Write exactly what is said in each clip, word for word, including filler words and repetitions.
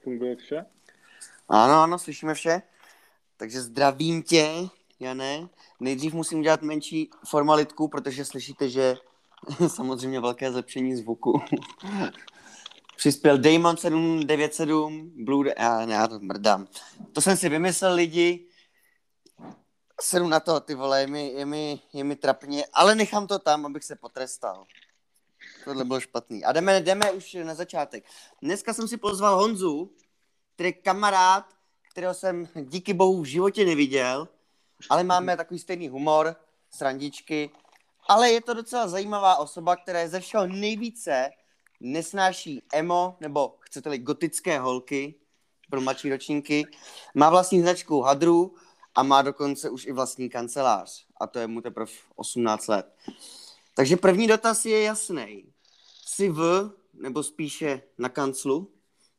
funguje vše? Ano, ano, slyšíme vše. Takže zdravím tě, Jane. Nejdřív musím udělat menší formalitku, protože slyšíte, že samozřejmě velké zlepšení zvuku. Přispěl Damon sedm devět sedm, Blue... Já, ne, já to mrdám. To jsem si vymyslel, lidi. Sedu na to, ty vole, je mi, je mi, je mi trapně, ale nechám to tam, abych se potrestal. Tohle bylo špatný. A jdeme, jdeme už na začátek. Dneska jsem si pozval Honzu, který je kamarád, kterého jsem díky bohu v životě neviděl, ale máme takový stejný humor, srandičky, ale je to docela zajímavá osoba, která je ze všeho nejvíce nesnáší emo, nebo chcete-li gotické holky pro mladší ročníky, má vlastní značku Hadru a má dokonce už i vlastní kancelář. A to je mu teprve osmnáct let. Takže první dotaz je jasný. Jsi v, nebo spíše na kanclu?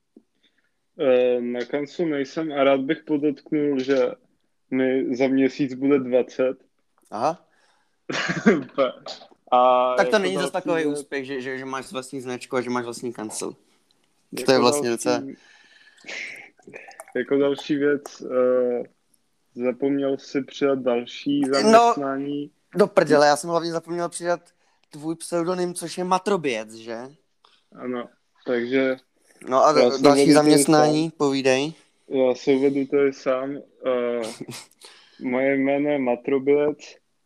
Na kanclu nejsem a rád bych podotknul, že mi za měsíc bude dvacet. Aha. A tak to jako není zase takový věc, úspěch, že, že, že máš vlastní značku a že máš vlastní kancel. Jako to je vlastně další, docela... Jako další věc, uh, zapomněl si přidat další zaměstnání. No, do prdele, já jsem hlavně zapomněl přidat tvůj pseudonym, což je Matroběc, že? Ano, takže... No a d- další zaměstnání, povídej. Já se uvedu tady sám. Uh, moje jméno je Matroběc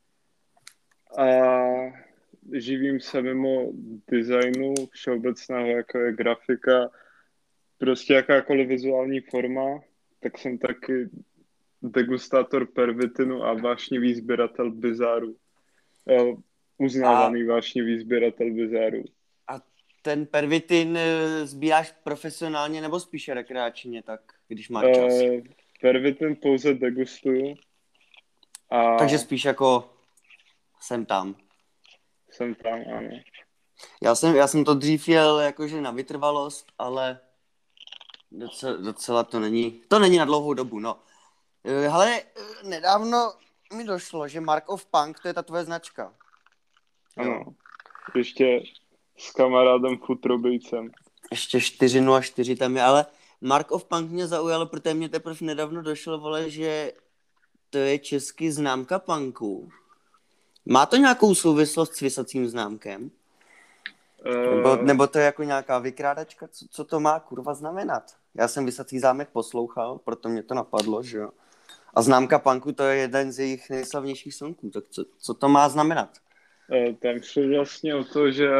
a živím se mimo designu všeobecného, jako je grafika, prostě jakákoliv vizuální forma, tak jsem taky degustátor pervitinu a vášnivý sběratel bizáru. Uznávaný a... vášnivý sběratel bizáru. A ten pervitin sbíráš profesionálně nebo spíše rekreačně, tak když máš čas? Uh, pervitin pouze degustuju. A... Takže spíš jako jsem tam. Jsem tam, ano. Já jsem, já jsem to dřív jel jakože na vytrvalost, ale docela, docela to není, to není na dlouhou dobu, no. Hele, nedávno mi došlo, že Mark of Punk, to je ta tvoje značka. Ano, jo. Ještě s kamarádem Futrobejcem. Ještě čtyři nula čtyři tam je, ale Mark of Punk mě zaujalo, protože mě teprve nedávno došlo, vole, že to je český známka punku. Má to nějakou souvislost s vysacím známkem? Uh... Nebo, nebo to je jako nějaká vykrádačka? Co, co to má kurva znamenat? Já jsem Vysací zámek poslouchal, proto mě to napadlo, že jo. A známka punku to je jeden z jejich nejslavnějších songů, tak co, co to má znamenat? Uh, tam šlo vlastně o to, že,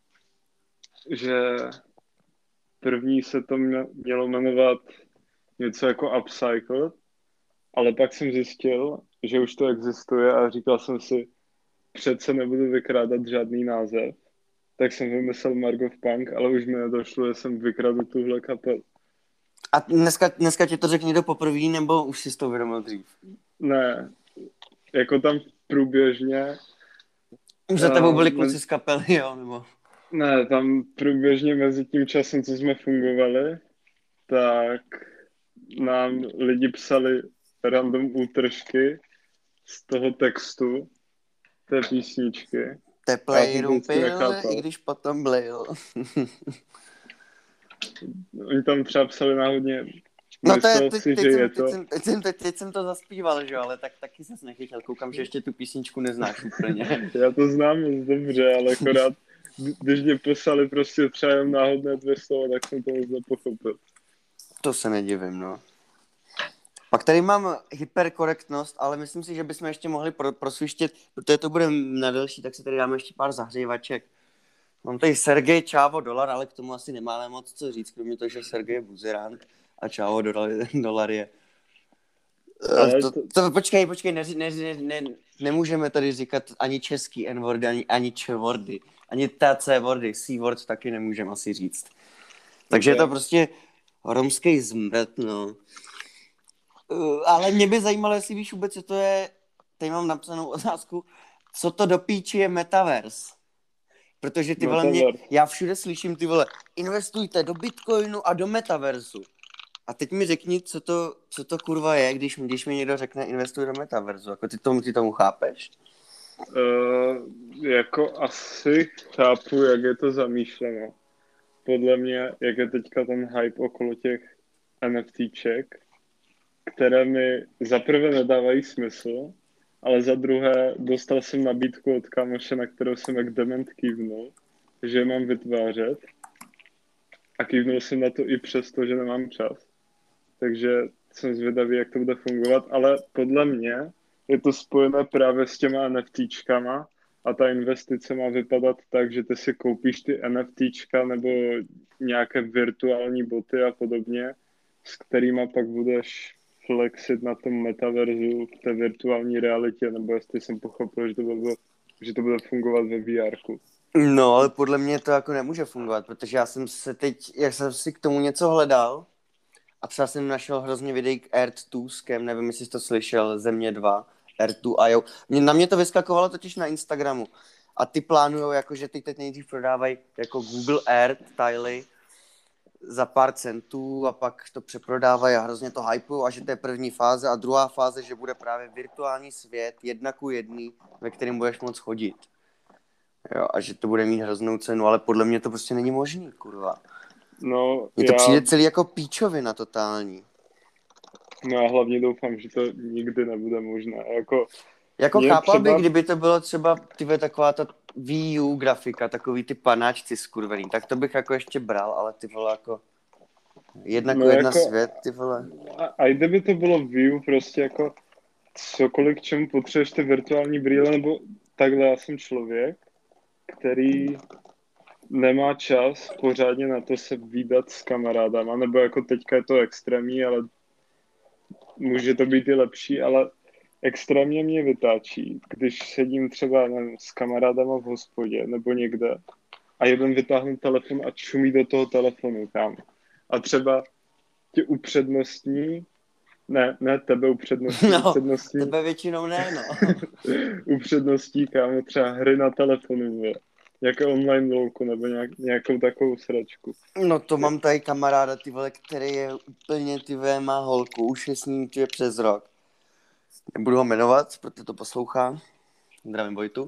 že první se to mělo jmenovat něco jako Upcycle, ale pak jsem zjistil, že už to existuje a říkal jsem si, přece nebudu vykrádat žádný název. Tak jsem vymyslel Mark of Punk, ale už mi nedošlo, že jsem vykradl tuhle kapelu. A dneska, dneska ti to řekl někdo poprvé, nebo už jsi to uvědomil dřív? Ne, jako tam průběžně... Už za tebou byli kluci z kapely, jo? Nebo... Ne, tam průběžně mezi tím časem, co jsme fungovali, tak nám lidi psali random útržky z toho textu té písničky. Teplej rupil, i když potom blil. Oni tam třeba psali náhodně, no to je, teď, si, teď, že jsem, je teď, to... jsem, teď, jsem, teď, teď jsem to zaspíval, že jo, ale tak taky ses nechytil. Koukám, že ještě tu písničku neznáš úplně. Já to znám moc dobře, ale akorát, když mě poslali prostě třeba jen náhodné dvě slova, tak jsem to moc nepochopil. To se nedivím, no. Pak tady mám hyperkorektnost, ale myslím si, že bychom ještě mohli pro, prosvištět, protože to bude na delší, tak si tady dáme ještě pár zahřívaček. Mám tady Sergej Čávo Dolar, ale k tomu asi nemáme moc co říct, kromě toho, že Sergej je buzerant a Čávo Dolar, dolar je... To, to, to, počkej, počkej, ne, ne, ne, ne, nemůžeme tady říkat ani český N-wordy, ani, ani Č-wordy, ani T C-wordy, C-word taky nemůžeme asi říct. Takže okay. Je to prostě romský zmrt, no. Uh, ale mě by zajímalo, jestli víš vůbec, co to je, tady mám napsanou otázku, co to do píči je metaverse. Protože ty vole mě, já všude slyším ty vole, investujte do Bitcoinu a do metaversu. A teď mi řekni, co to, co to kurva je, když, když mi někdo řekne investuj do metaversu. Jako ty tomu, ty tomu chápeš? Uh, jako asi chápu, jak je to zamýšleno. Podle mě, jak je teďka ten hype okolo těch NFTček, které mi za prvé nedávají smysl, ale za druhé dostal jsem nabídku od kámoše, na kterou jsem jak dement kývnul, že je mám vytvářet. A kývnul jsem na to i přesto, že nemám čas. Takže jsem zvědavý, jak to bude fungovat, ale podle mě je to spojené právě s těma NFTčkama a ta investice má vypadat tak, že ty si koupíš ty NFTčka nebo nějaké virtuální boty a podobně, s kterýma pak budeš flexit na tom metaverzu v té virtuální realitě, nebo jestli jsem pochopil, že to bude, že to bude fungovat ve vé érku. No, ale podle mě to jako nemůže fungovat, protože já jsem se teď, jak jsem si k tomu něco hledal a třeba jsem našel hrozně videí k Earth dva s Kem, nevím, jestli jsi to slyšel, Země dva, Earth dva a jo. Mě, na mě to vyskakovalo totiž na Instagramu a ty plánujou, jako, že ty teď nejdřív prodávají jako Google Earth tily za pár centů a pak to přeprodávají a hrozně to hypujou a že to je první fáze a druhá fáze, že bude právě virtuální svět jedna ku jedný, ve kterém budeš moc chodit. Jo, a že to bude mít hroznou cenu, ale podle mě to prostě není možný, kurva. No, Mně to já... přijde celý jako píčovina totální. No já hlavně doufám, že to nikdy nebude možné. Jako, jako chápal třeba... bych, kdyby to bylo třeba tyhle taková ta Wii U grafika, takový ty panáčci skurvený, tak to bych jako ještě bral, ale ty vole jako jedna no ku jedna jako... svět, ty vole. A, a kdyby to bylo Wii U, prostě jako cokoliv, k čemu potřebuješ ty virtuální brýle, nebo takhle já jsem člověk, který nemá čas pořádně na to se vídat s kamarádama, nebo jako teďka je to extrémní, ale může to být i lepší, ale extrémně mě vytáčí, když sedím třeba nevím, s kamarádama v hospodě nebo někde a jeden vytáhne telefon a čumí do toho telefonu tam. A třeba tě upřednostní, ne, ne tebe upřednostní, No, upřednostní, tebe většinou ne, no. upřednostní, kámo, třeba hry na telefonu, nějaké online lolku nebo nějak, nějakou takovou sračku. No to mám tady kamaráda, ty vole, který je úplně, ty vole, má holku, už je s ním ty přes rok. Nebudu ho jmenovat, protože to poslouchá. Zdravím Vojtu.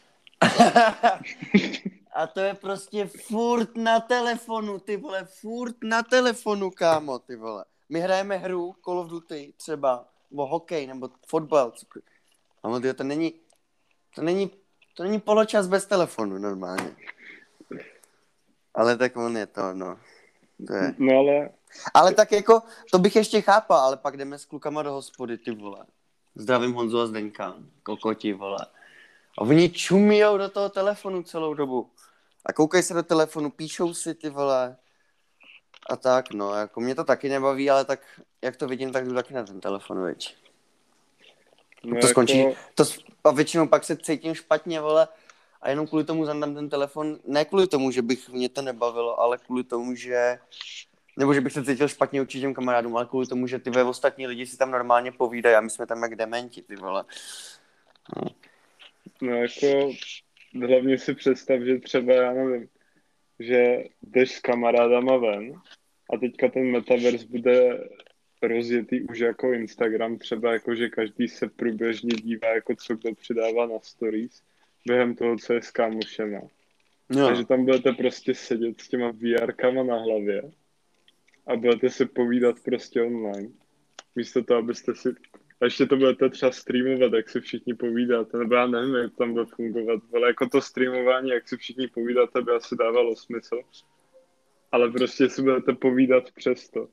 A to je prostě furt na telefonu, ty vole, furt na telefonu, kámo, ty vole. My hrajeme hru Call of Duty třeba, nebo hokej, nebo fotbal. Kámo, tyjo, to není, to není, to není poločas bez telefonu normálně. Ale tak on je to, no. To je. No ale... Ale tak jako, to bych ještě chápal, ale pak jdeme s klukama do hospody, ty vole. Zdravím Honzu a Zdeňka, kokoti, vole. A oni čumijou do toho telefonu celou dobu. A koukají se do telefonu, píšou si, ty vole. A tak, no, jako mě to taky nebaví, ale tak, jak to vidím, tak jdu taky na ten telefon, veď. No to jako... skončí, to, a většinou pak se cítím špatně, vole. A jenom kvůli tomu zandám ten telefon, ne kvůli tomu, že bych mě to nebavilo, ale kvůli tomu, že... Nebo že bych se cítil špatně určitě těm kamarádům, ale kvůli tomu, že ty ve ostatní lidi si tam normálně povídají a my jsme tam jak dementi, ty vole. No. No jako, hlavně si představ, že třeba, já nevím, že jdeš s kamarádama ven a teďka ten metaverse bude rozjetý už jako Instagram, třeba jako, že každý se průběžně dívá, jako co kdo přidává na stories během toho, co je s kámošema. No. A že tam budete prostě sedět s těma vé érkama na hlavě a budete se povídat prostě online. Místo toho, abyste si... A ještě to budete třeba streamovat, jak si všichni povídáte, nebo já nevím, jak tam bude fungovat, ale jako to streamování, jak si všichni povídáte, by asi dávalo smysl. Ale prostě si budete povídat přesto.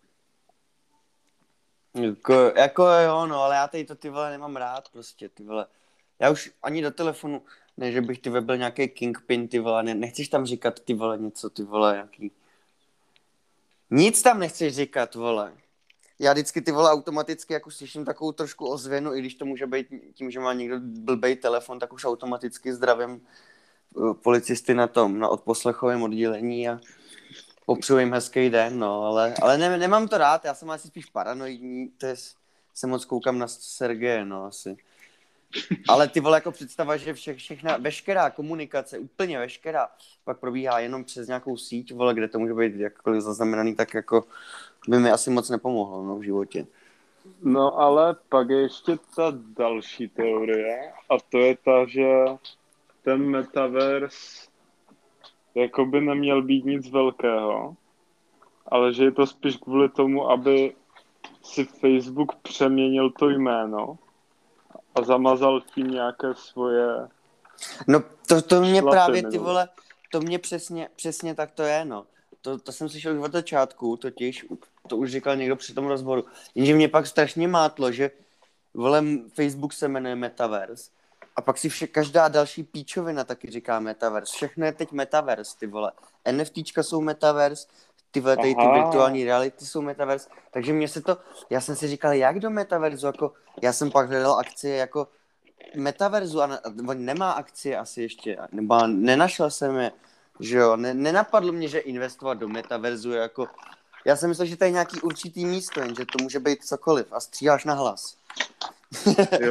Jako, jako jo, no, ale já tady to ty vole nemám rád prostě, ty vole. Já už ani do telefonu, ne, že bych ty vole byl nějaký kingpin, ty vole, ne, nechceš tam říkat ty vole něco, ty vole, jaký. Nic tam nechceš říkat, vole. Já vždycky ty vole automaticky, jak už slyším takovou trošku ozvěnu, i když to může být tím, že má někdo blbej telefon, tak už automaticky zdravím policisty na tom, na odposlechovém oddělení a popřeju jim hezký den, no, ale, ale ne, nemám to rád, já jsem asi spíš paranoidní, to je, se moc koukám na Sergeje, no, asi. Ale ty vole, jako představa, že vše, všechna, veškerá komunikace, úplně veškerá, pak probíhá jenom přes nějakou síť, vole, kde to může být jakkoliv zaznamenaný, tak jako by mi asi moc nepomohlo, no, v životě. No, ale pak je ještě ta další teorie, a to je ta, že ten metaverse jako by neměl být nic velkého, ale že je to spíš kvůli tomu, aby si Facebook přeměnil to jméno a zamazal tím nějaké svoje No to, to mě šlapy, právě, ty nebo... vole, to mě přesně, přesně tak to je, no. To, to jsem slyšel už od začátku, totiž, to už říkal někdo při tom rozboru. Jenže mě pak strašně mátlo, že vole, Facebook se jmenuje Metaverse. A pak si vše, každá další píčovina taky říká Metaverse. Všechno je teď Metaverse, ty vole. NFTčka jsou Metaverse, ty vole, tady ty Aha. virtuální reality jsou Metaverse. Takže mě se to, já jsem si říkal, jak do Metaverzu, jako, já jsem pak hledal akcie jako Metaverzu a, na, a on nemá akcie asi ještě, nebo nenašel jsem je, že jo, ne, nenapadlo mě, že investovat do Metaverzu je jako, já jsem myslel, že to je nějaký určitý místo, jenže to může být cokoliv a stříháš na hlas. Jo.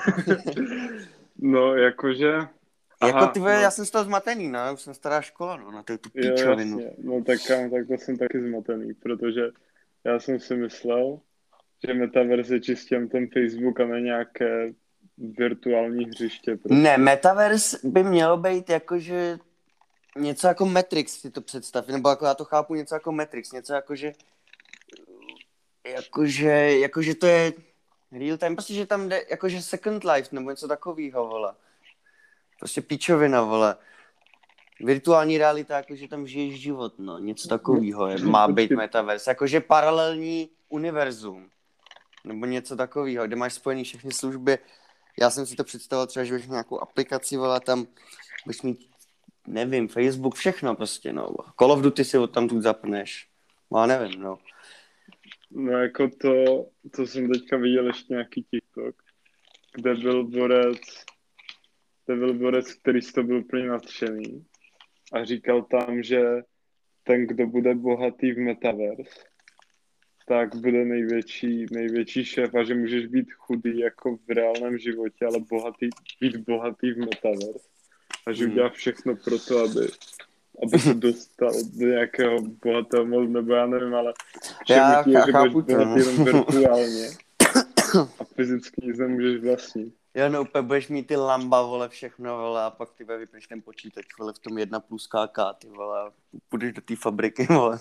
No, jakože... Aha, jako ty no. já jsem z toho zmatený, no, už jsem stará škola, no, na tu, tu Jo, píčovinu. jasně. No tak, kam, tak to jsem taky zmatený, protože já jsem si myslel, že Metaverse je čistě ten Facebook a ne nějaké virtuální hřiště. Prostě. Ne, Metaverse by mělo být jakože něco jako Matrix, si to představ, nebo jako já to chápu něco jako Matrix, něco jakože jakože, jakože to je real time, prostě, že tam jde jakože Second Life, nebo něco takového, vole. Prostě píčovina, vole. Virtuální realita, jakože tam žiješ život, no, něco takového je, má být Metaverse, jakože paralelní univerzum, nebo něco takového, kde máš spojený všechny služby. Já jsem si to představoval třeba, že budeš nějakou aplikaci, vole, tam budeš mít, nevím, Facebook, všechno prostě, no. Call of Duty si tam tu zapneš, no, já nevím, no. No jako to, to jsem teďka viděl ještě nějaký TikTok, kde byl borec, kde byl borec, který z toho byl úplně nadšený a říkal tam, že ten, kdo bude bohatý v Metaverse, tak bude největší, největší šéf a že můžeš být chudý jako v reálném životě, ale bohatý, být bohatý v Metaverse. A že udělá všechno pro to, aby, aby se dostal do nějakého bohatého modu, nebo já nevím, ale Já všemu tím, že budeš chápu to, bohatý no. jenom virtuálně a fyzicky nic nemůžeš vlastnit. Jo, no úplně budeš mít ty lamba, vole, všechno, vole, a pak ty vypneš ten počítač, vole, v tom jedna plus ká ká, ty vole, a půjdeš do té fabriky, vole.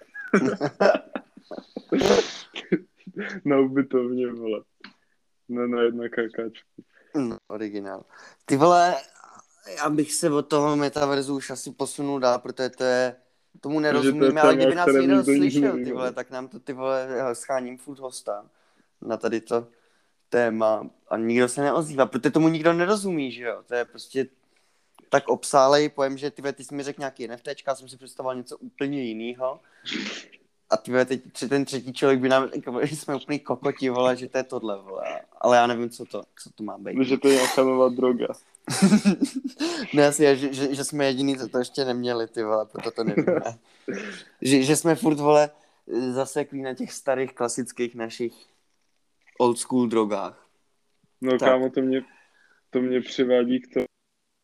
Na ubytovně, vole. Ne na jedna kakáčku. No, originál. Ty vole, já bych se od toho metaverzu už asi posunul dál, protože to je, tomu nerozumíme, ale kdyby nás někdo slyšel, ty vole, tak nám to, ty vole, scháním furt hosta na tady to téma a nikdo se neozývá, protože tomu nikdo nerozumí, že jo, to je prostě tak obsálej pojem, že ty, ty jsi mi řekl nějaký NFTčka, já jsem si představoval něco úplně jiného. A ty teď ten třetí člověk by nám řekl, že jsme úplný kokoti, vole, že to je tohle, vole. Ale já nevím, co to, co to má být. Že to je nějaká nová droga. Ne, asi, že, že, že jsme jediný, co to ještě neměli, ty vole, proto to nevíme. že, že jsme furt, vole, zaseklí na těch starých, klasických našich old school drogách. No tak. Kámo, to mě, to mě přivádí k tomu,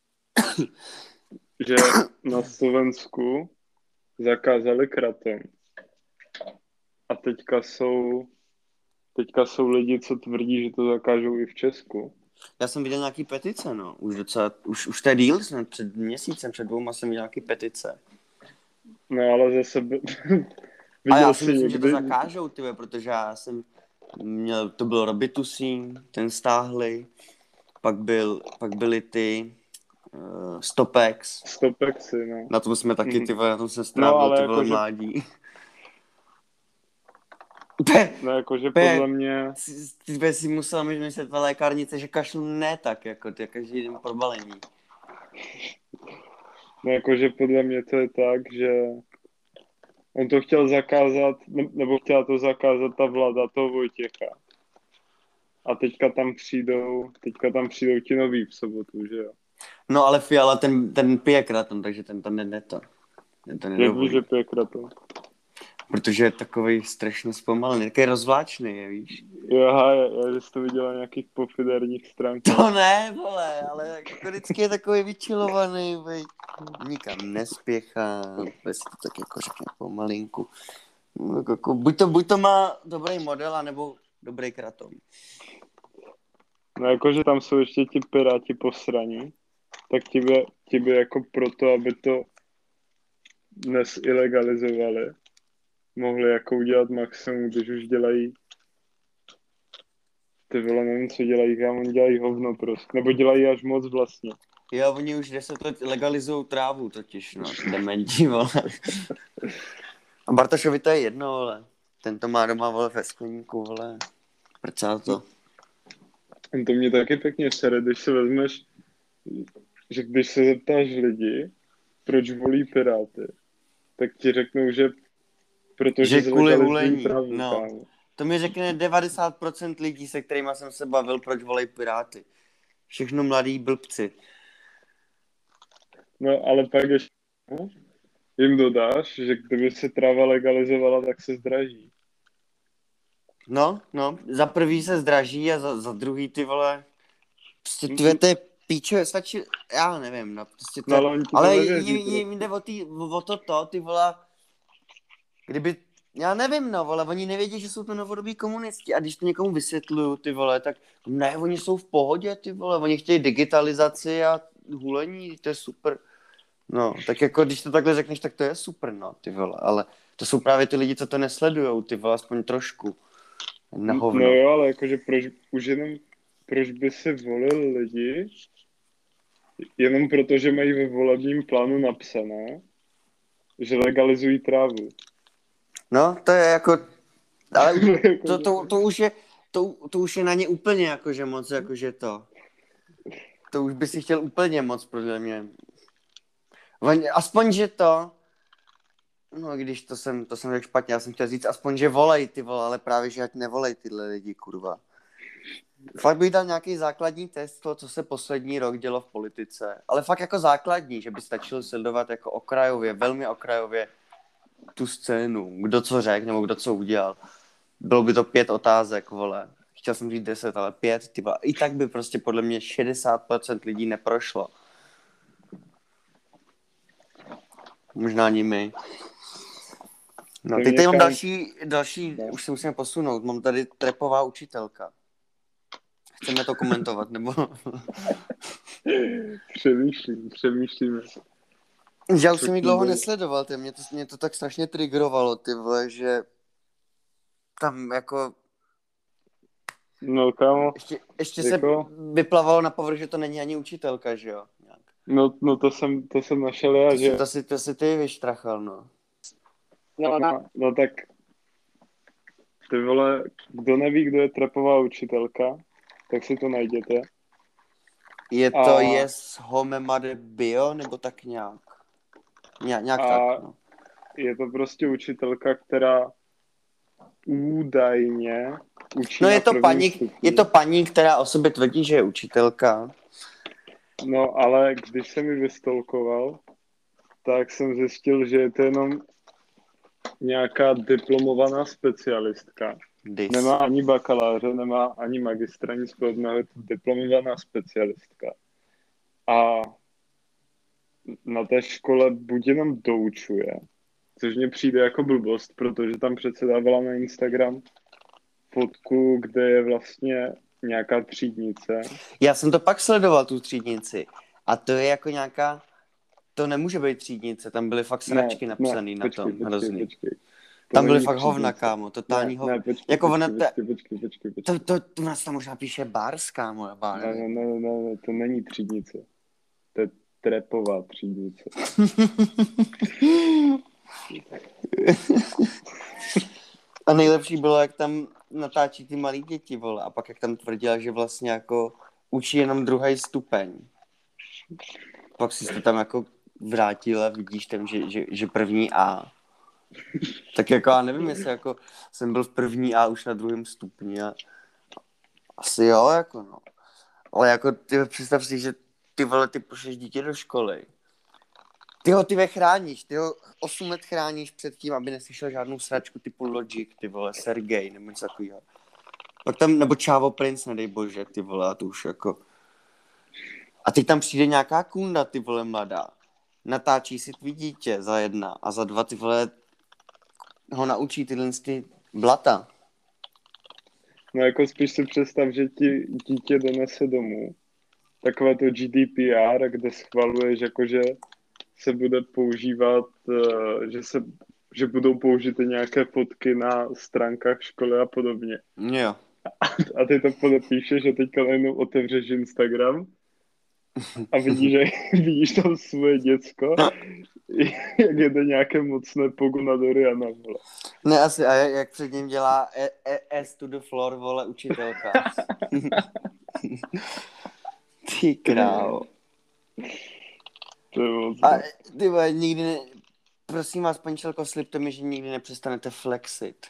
že na Slovensku zakázali kratom. A teďka jsou, teďka jsou lidi, co tvrdí, že to zakážou i v Česku. Já jsem viděl nějaký petice, no. Už docela, už, už to je díl, jsem před měsícem, před dvouma jsem viděl nějaký petice. No ale zase... By... A já si myslím, někdy... že to zakážou, tyve, protože já jsem měl, to byl Robitussin, ten stáhli, pak, byl, pak byly ty uh, Stopex. Stopexy, no. Na tom jsme taky, tyve, na tom jsem strávil, no, ty vole, jako, mládí. Že... Pe, no jakože pe, podle mě... Ty, ty si musel myslet ve lékárnice, že kašlu ne tak, jako ty, každý den pro balení. No jakože podle mě to je tak, že on to chtěl zakázat, nebo chtěla to zakázat ta vláda toho Vojtěcha. A teďka tam přijdou, teďka tam přijdou ti noví v sobotu, že jo? No ale Fiala, ten, ten pije kratom, takže ten tam ne to. Jak víš, že pije kratom? Protože je takovej strašně zpomalený, takový rozvláčný, je, víš? Jo, aha, já, já jsi to viděl na nějakých pofiderních stránkách. To ne, vole, ale jako vždycky je takový vyčilovaný, veď. Nikam nespěchá, bez to tak jako řekne pomalinku. No, jako, buď, to, buď to má dobrý model, anebo dobrý kratom. No jakože tam jsou ještě ti piráti posraní, tak ti by, ti by jako proto, aby to dnes ilegalizovali, mohli jako udělat maximum, když už dělají ty vole, nevím, co dělají, kámo, dělají hovno prostě, nebo dělají až moc vlastně. Jo, oni už deset let legalizují trávu totiž, no, dementi, vole. A Bartošovi to je jedno, vole. Ten to má doma, vole, ve skleníku, vole. Prcá to. To mě taky pěkně sere, když si vezmeš, že když se zeptáš lidi, proč volí Piráty, tak ti řeknou, že protože že kvůli zlegalizují hulení, trávu, no. kámo. To mi řekne devadesát procent lidí, se kterými jsem se bavil, proč volej Piráty. Všechno mladí blbci. No, ale pak ještě jim dodáš, že kdyby se tráva legalizovala, tak se zdraží. No, no, za prvý se zdraží a za, za druhý ty vole, prostě ty, to je píčo, stačí, já nevím, no, prostě to, No, ale oni ti to ale nevěří, jim, jim jde o, tý, o to to, ty vole, kdyby, já nevím, no, vole, oni nevědí, že jsou to novodobí komunisti a když to někomu vysvětluju, ty vole, tak ne, oni jsou v pohodě, ty vole, oni chtějí digitalizaci a hulení, to je super. No, tak jako když to takhle řekneš, tak to je super, no, ty vole, ale to jsou právě ty lidi, co to nesledujou, ty vole, aspoň trošku. Na hovno. No jo, ale jakože proč, už jenom, proč by si volil lidi, jenom proto, že mají ve volebním plánu napsané, že legalizují trávu. No, to je jako, ale to, to, to, už je, to, to už je na ně úplně jakože moc, jakože to. To už by si chtěl úplně moc, podle mě. Aspoň, že to, no když to jsem, to jsem řekl špatně, já jsem chtěl říct, aspoň, že volej ty vole, ale právě, že ať nevolej tyhle lidi, kurva. Fakt bych dal nějaký základní test toho, co se poslední rok dělo v politice. Ale fakt jako základní, že by stačilo sledovat jako okrajově, velmi okrajově tu scénu, kdo co řekl, nebo kdo co udělal. Bylo by to pět otázek, vole. Chtěl jsem říct deset, ale pět, tyba. I tak by prostě podle mě šedesát procent lidí neprošlo. Možná ani my. No, teď tady mám další, další, ne. Už se musíme posunout. Mám tady trepová učitelka. Chceme to komentovat, nebo? Přemýšlím, přemýšlíme. Já už jsem ji dlouho nesledoval, ty, mě, to, mě to tak strašně triggerovalo, ty vole, že tam jako... No kámo. Ještě, ještě jako... se vyplavalo na povrch, že to není ani učitelka, že jo? Nějak. No, no to jsem, to jsem našel já, to že... Si, to, si, to si ty vyštrachal, no. No, no, no tak... Ty vole, kdo neví, kdo je trepová učitelka, tak si to najděte. Je to a... Yes Home Mother Bio, nebo tak nějak? Ně, nějak a tak, no. Je to prostě učitelka, která údajně učí No na je to, paní, stupni. je to paní, která o sobě tvrdí, že je učitelka. No ale když jsem ji vystolkoval, tak jsem zjistil, že je to jenom nějaká diplomovaná specialistka. Dis. Nemá ani bakaláře, nemá ani magistra, nic podobného, je to diplomovaná specialistka. A na té škole buď jenom doučuje, což mně přijde jako blbost, protože tam přece dávala na Instagram fotku, kde je vlastně nějaká třídnice. Já jsem to pak sledoval, tu třídnici. A to je jako nějaká... To nemůže být třídnice, tam byly fakt sračky ne, napsaný ne, na počkej, tom, počkej, hrozný. Počkej. To tam byly fakt třídnice. Hovna, kámo, totální hovna. Ne, počkej, jako počkej, ona ta... počkej, počkej, počkej, počkej. To, to, to nás tam možná píše bars, kámo. Ne, ne, ne, ne, ne, to není třídnice. To je trepová třídnice. A nejlepší bylo, jak tam natáčí ty malý děti, vole. A pak jak tam tvrdila, že vlastně jako učí jenom druhý stupeň. Pak si to tam jako vrátila, vidíš tam, že, že, že první A. Tak jako já nevím, jestli jako jsem byl v první A už na druhém stupni a asi jo, jako no. Ale jako ty představ si, že ty vole, ty pošleš dítě do školy. Ty ho ty ve chráníš, ty ho osm let chráníš před tím, aby neslyšel žádnou sračku typu Logic, ty vole, Sergej, nebo něco takového. Pak tam, nebo Čávo Prince, nedej bože, ty vole, a to už jako... A teď tam přijde nějaká kunda, ty vole, mladá. Natáčí si tvý dítě za jedna a za dva, ty vole, ho naučí tyhle ty blata. No jako spíš si představ, že ti dítě donese domů takové to G D P R, kde schvaluješ, jakože se bude používat, že se že budou použity nějaké fotky na stránkách školy a podobně. Jo. A ty to podepíšeš, že teďka najednou otevřeš Instagram a vidíš, že vidíš tam svoje děcko, jak jede nějaké mocné pogu na Doriana, vole. Ne, asi, a jak, jak před ním dělá e, e, S to the floor, vole, učitelka. Ty krávo. To je moc. A ty vole, nikdy ne... Prosím vás, paní Čelko, slibte mi, že nikdy nepřestanete flexit.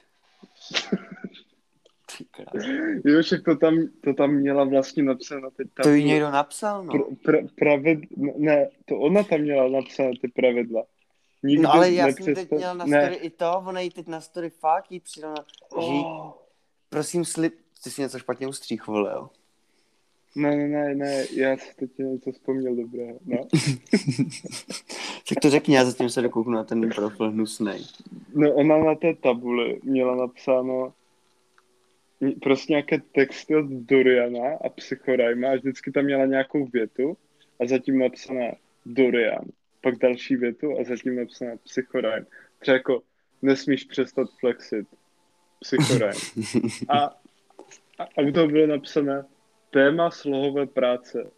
Ty krávo. Jo, však to tam, to tam měla vlastně napsané. Teď tam To jí někdo napsal, no. Pr, pr, pravid, ne, to ona tam měla napsané ty pravidla. Nikdy No ale já nepřestan... jsem teď měl na ne. story i to, ona jí teď na story fakt jí přidala, že jí, Oh. prosím slib, ty si něco špatně ustřích, vole, jo. Ne, ne, ne, ne, já si teď něco vzpomněl dobrého, no. Tak to řekni, já zatím se dokouknu na ten profil hnusnej. No, ona na té tabuli měla napsáno prostě nějaké texty od Doriana a Psychorajma a vždycky tam měla nějakou větu a zatím napsaná Dorian. Pak další větu a zatím napsaná Psychorajm. Třeba jako nesmíš přestat flexit. Psychorajm. A, a, a u toho bylo napsané téma slohové práce.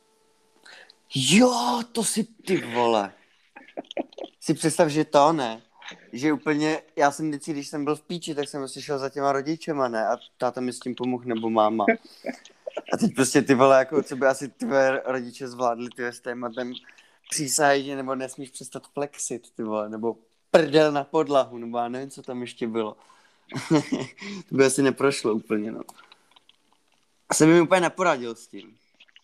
Jo, to si ty vole. Si představ, že to ne. Že úplně, já jsem vždycky, když jsem byl v píči, tak jsem prostě šel za těma rodičema, ne? A táta mi s tím pomohl, nebo máma. A teď prostě ty vole, jako co by asi tvé rodiče zvládli, ty s tématem přísahají, že nebo nesmíš přestat flexit, ty vole, nebo prdel na podlahu, nebo já nevím, co tam ještě bylo. To by asi neprošlo úplně, no. Jsem mi úplně neporadil s tím.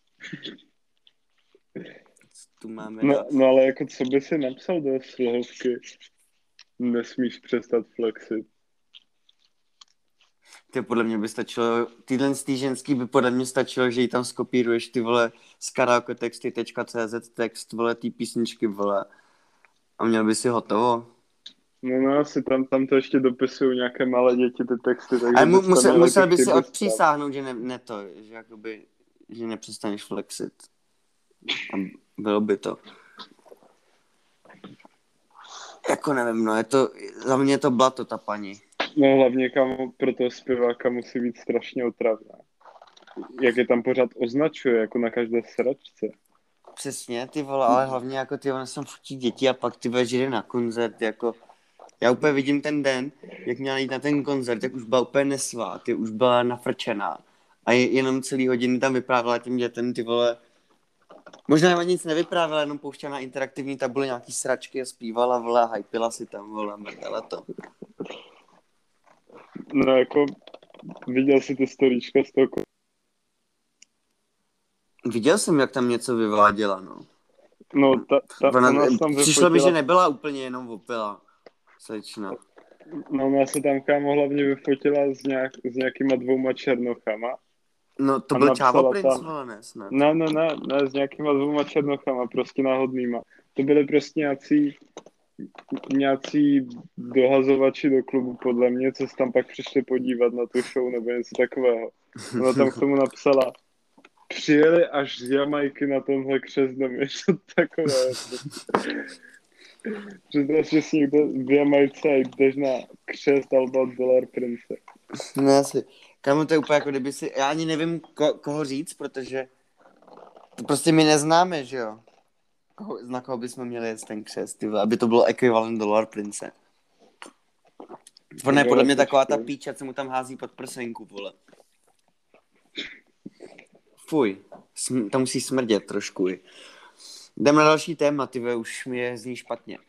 Co tu máme No, dát? no ale jako co by si napsal do slohovky? Nesmíš přestat flexit. Ty podle mě by stačilo, tyhle z tý ženský by podle mě stačilo, že jí tam skopíruješ ty vole z karaoketexty tečka cé zet text, vole, ty písničky, vole. A měl by si hotovo. No, no, asi tam, tam to ještě dopisují nějaké malé děti ty texty, takže... Ale mu, bys tam musel, měl musel jako by si chyby odpřísáhnout, že ne, ne to, že jakoby, že nepřestaneš flexit. A bylo by to. Jako nevím, no, je to, za mě je to blato, ta paní. No hlavně kam pro toho zpěváka musí být strašně otravná. Jak je tam pořád označuje, jako na každé sračce. Přesně, ty vole, ale hlavně jako ty ona sem fotí děti a pak ty vole, že jde na koncert, jako já úplně vidím ten den, jak měla jít na ten koncert, jak už byla úplně nesvá, ty už byla nafrčená a je, jenom celý hodiny tam vyprávěla těm dětem, ty vole, možná ani nic nevyprávěla, jenom pouštěla na interaktivní tabuli nějaký sračky a zpívala, vole, a hypila si tam, vole, mrdala to. No jako, viděl jsi ty storíčka z toho kon- Viděl jsem, jak tam něco vyváděla, no. No, ta, ta, Ona, ona se tam přišlo mi, že vyfotila, nebyla úplně jenom opila, slečna. no ona se tam kámo hlavně vyfotila s, nějak, s nějakýma dvouma černochama. No to A byl napsala Čávo Prince, tam- vole, ne, snad. Ne, ne, ne, ne, s nějakýma dvouma černochama, prostě náhodnýma. To byly prostě nějací, nějací dohazovači do klubu, podle mě, co se tam pak přišli podívat na tu show nebo něco takového. Ona tam k tomu napsala, přijeli až z Jamajky na tomhle křest nebo něco takového. Představ, že si někdo v Jamajce a jdeš na křest Alba Dollar Prince. No asi. Kámo, to je úplně jako kdyby si, já ani nevím, ko, koho říct, protože to prostě my neznáme, že jo? Koho, na koho bychom měli jet ten křest, ty vole, aby to bylo ekvivalent Dollar Prince. Ona je podle mě taková ta píča, co mu tam hází pod prsenku, vole. Fuj, Sm- to musí smrdět trošku. Jdem na další téma, ty vole, už mi je zní špatně.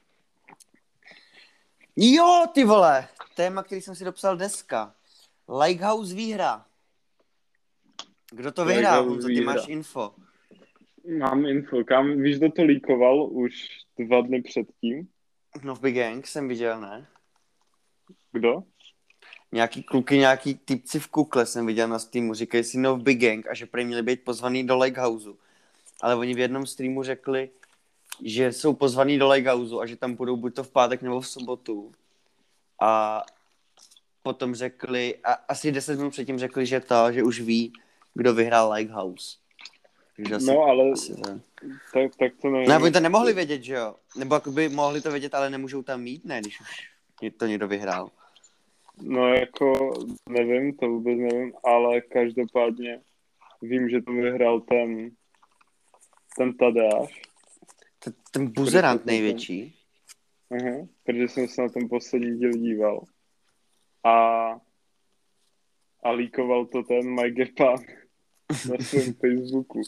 Jo, ty vole, téma, který jsem si dopsal dneska. Likehouse výhra. Kdo to vyhrál, Likehouse Honzo, ty výhra. máš info. Mám info, kam, víš, kdo to líkoval už dva dny předtím? No v Big Gang jsem viděl, ne? Kdo? Nějaký kluky, nějaký typci v Kukle jsem viděl na streamu, říkají si no v Big Gang a že prý měli být pozvaný do Likehouseu. Ale oni v jednom streamu řekli, že jsou pozvaný do Likehouseu a že tam budou buď to v pátek nebo v sobotu. A potom řekli, a asi deset minut předtím řekli, že to, že už ví, kdo vyhrál Likehouse. Takže asi, No, ale asi to. tak, tak to nevím. No, oni to nemohli vědět, že jo? Nebo jakoby mohli to vědět, ale nemůžou tam mít, ne, když už to někdo vyhrál. No jako, nevím, to vůbec nevím, ale každopádně vím, že to vyhrál ten, ten Tadeáš. Ten, ten buzerant největší. Aha, protože jsem se na ten poslední díl díval. A, a líkoval to ten Mike Gepan na svém Facebooku.